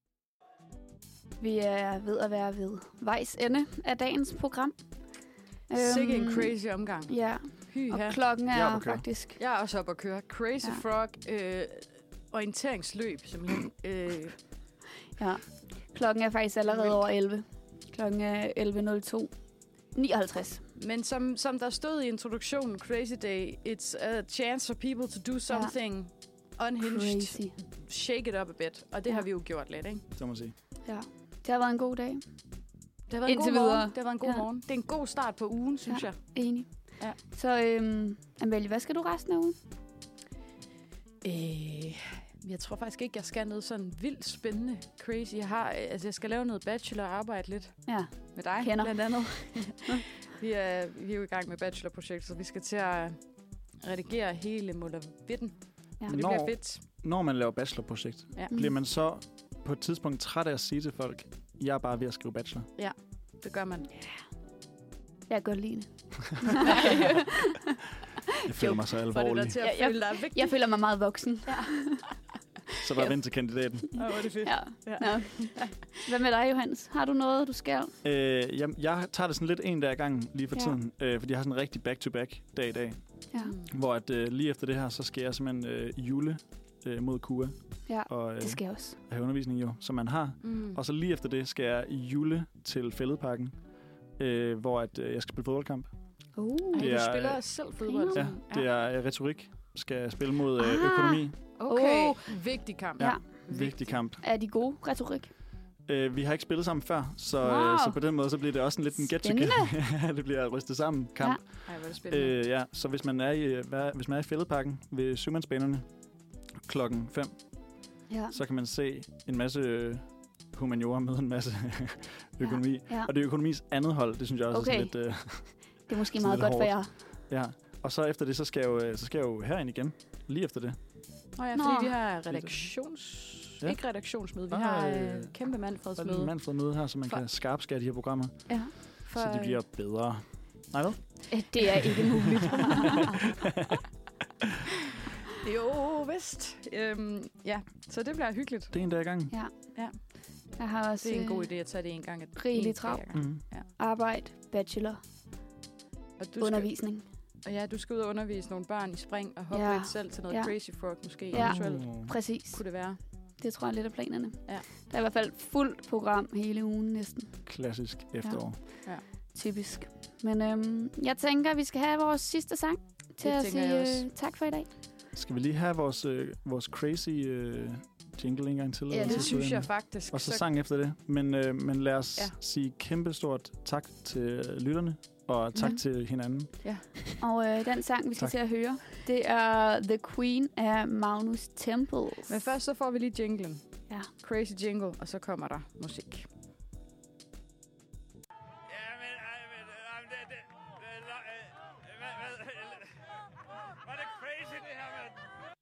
Vi er ved at være ved vejs ende af dagens program. Sikke en crazy omgang. Ja, og klokken er faktisk... Jeg er også oppe at køre. Crazy Frog orienteringsløb, simpelthen. Ja, klokken er faktisk allerede over 11. Klokken er 11:02. Men som der stod i introduktionen, Crazy Day, it's a chance for people to do something unhinged. Crazy. Shake it up a bit. Og det har vi jo gjort lidt, ikke? Så må man sige. Ja, det har været en god dag. Det har været en god morgen. Det har været en god morgen. Det er en god start på ugen, synes jeg. Enig. Ja. Så Amalie, hvad skal du resten af ugen? Jeg tror faktisk ikke, jeg skal noget sådan vildt spændende, crazy. Jeg skal lave noget bachelorarbejde lidt med dig, blandt andet. vi er jo i gang med bachelorprojektet, så vi skal til at redigere hele Mullervitten. Ja. Det bliver fedt. Når man laver bachelorprojekt, bliver man så på et tidspunkt træt af at sige til folk, jeg er bare ved at skrive bachelor? Ja, det gør man. Jeg gør lige det. Jeg føler mig så alvorlig. Jeg føler mig meget voksen. Ja. Så bare vent til kandidaten. Hvor er det fedt. Ja. Hvad med dig, Johannes? Har du noget, du skal? Jeg tager det sådan lidt en dag ad gangen lige for tiden. Fordi jeg har sådan en rigtig back-to-back dag i dag. Ja. Hvor at, lige efter det her, så skal jeg simpelthen jule mod KUA. Ja, og, det skal jeg også. Have undervisning jo, som man har. Og så lige efter det skal jeg jule til Fælledparken, hvor at, jeg skal spille fodboldkamp. Du spiller også selv fodbold? Ja, det er retorik. Skal spille mod økonomi. Okay, vigtig kamp. Ja, vigtig kamp. Er de gode retorik? Vi har ikke spillet sammen før, så på den måde så bliver det også en lidt en get-together. Det bliver rystet sammen kamp. Ja. Ej, hvor er det spændende. Så hvis man er i Fælledparken ved Sømandsbanerne klokken 5, så kan man se en masse humaniora med en masse økonomi. Ja. Og det er økonomis andet hold, det synes jeg også er sådan lidt... det er måske meget godt for jer. Ja, og så efter det, så skal jeg jo herind igen. Lige efter det. Fordi vi har ikke redaktionsmøde, vi har kæmpe Manfredsmøde. Der er Manfredsmøde her, så man kan skarpskære de her programmer. Ja. Så de bliver bedre. Nej, hvad? Det er ikke muligt. Jo, vist. Så det bliver hyggeligt. Det er en dag i gang. Ja. Jeg har også det er en god idé at tage det en gang. Rigeligt travlt. Arbejde, bachelor. Og du undervisning. Og ja, du skal ud og undervise nogle børn i spring og hoppe lidt selv til noget Crazy Frog måske. Ja, eventuelt. Præcis. Kunne det være? Det tror jeg lidt af planerne. Ja. Der er i hvert fald fuldt program hele ugen næsten. Klassisk efterår. Ja. Typisk. Men jeg tænker, at vi skal have vores sidste sang til at sige tak for i dag. Skal vi lige have vores crazy jingle en gang til? Ja, det synes jeg faktisk. Og så sang efter det. Men lad os sige kæmpestort tak til lytterne, og tak til hinanden. Ja. Og den sang, vi skal til at høre, det er The Queen af Magnus Temples. Men først så får vi lige jinglen. Ja. Crazy jingle, og så kommer der musik.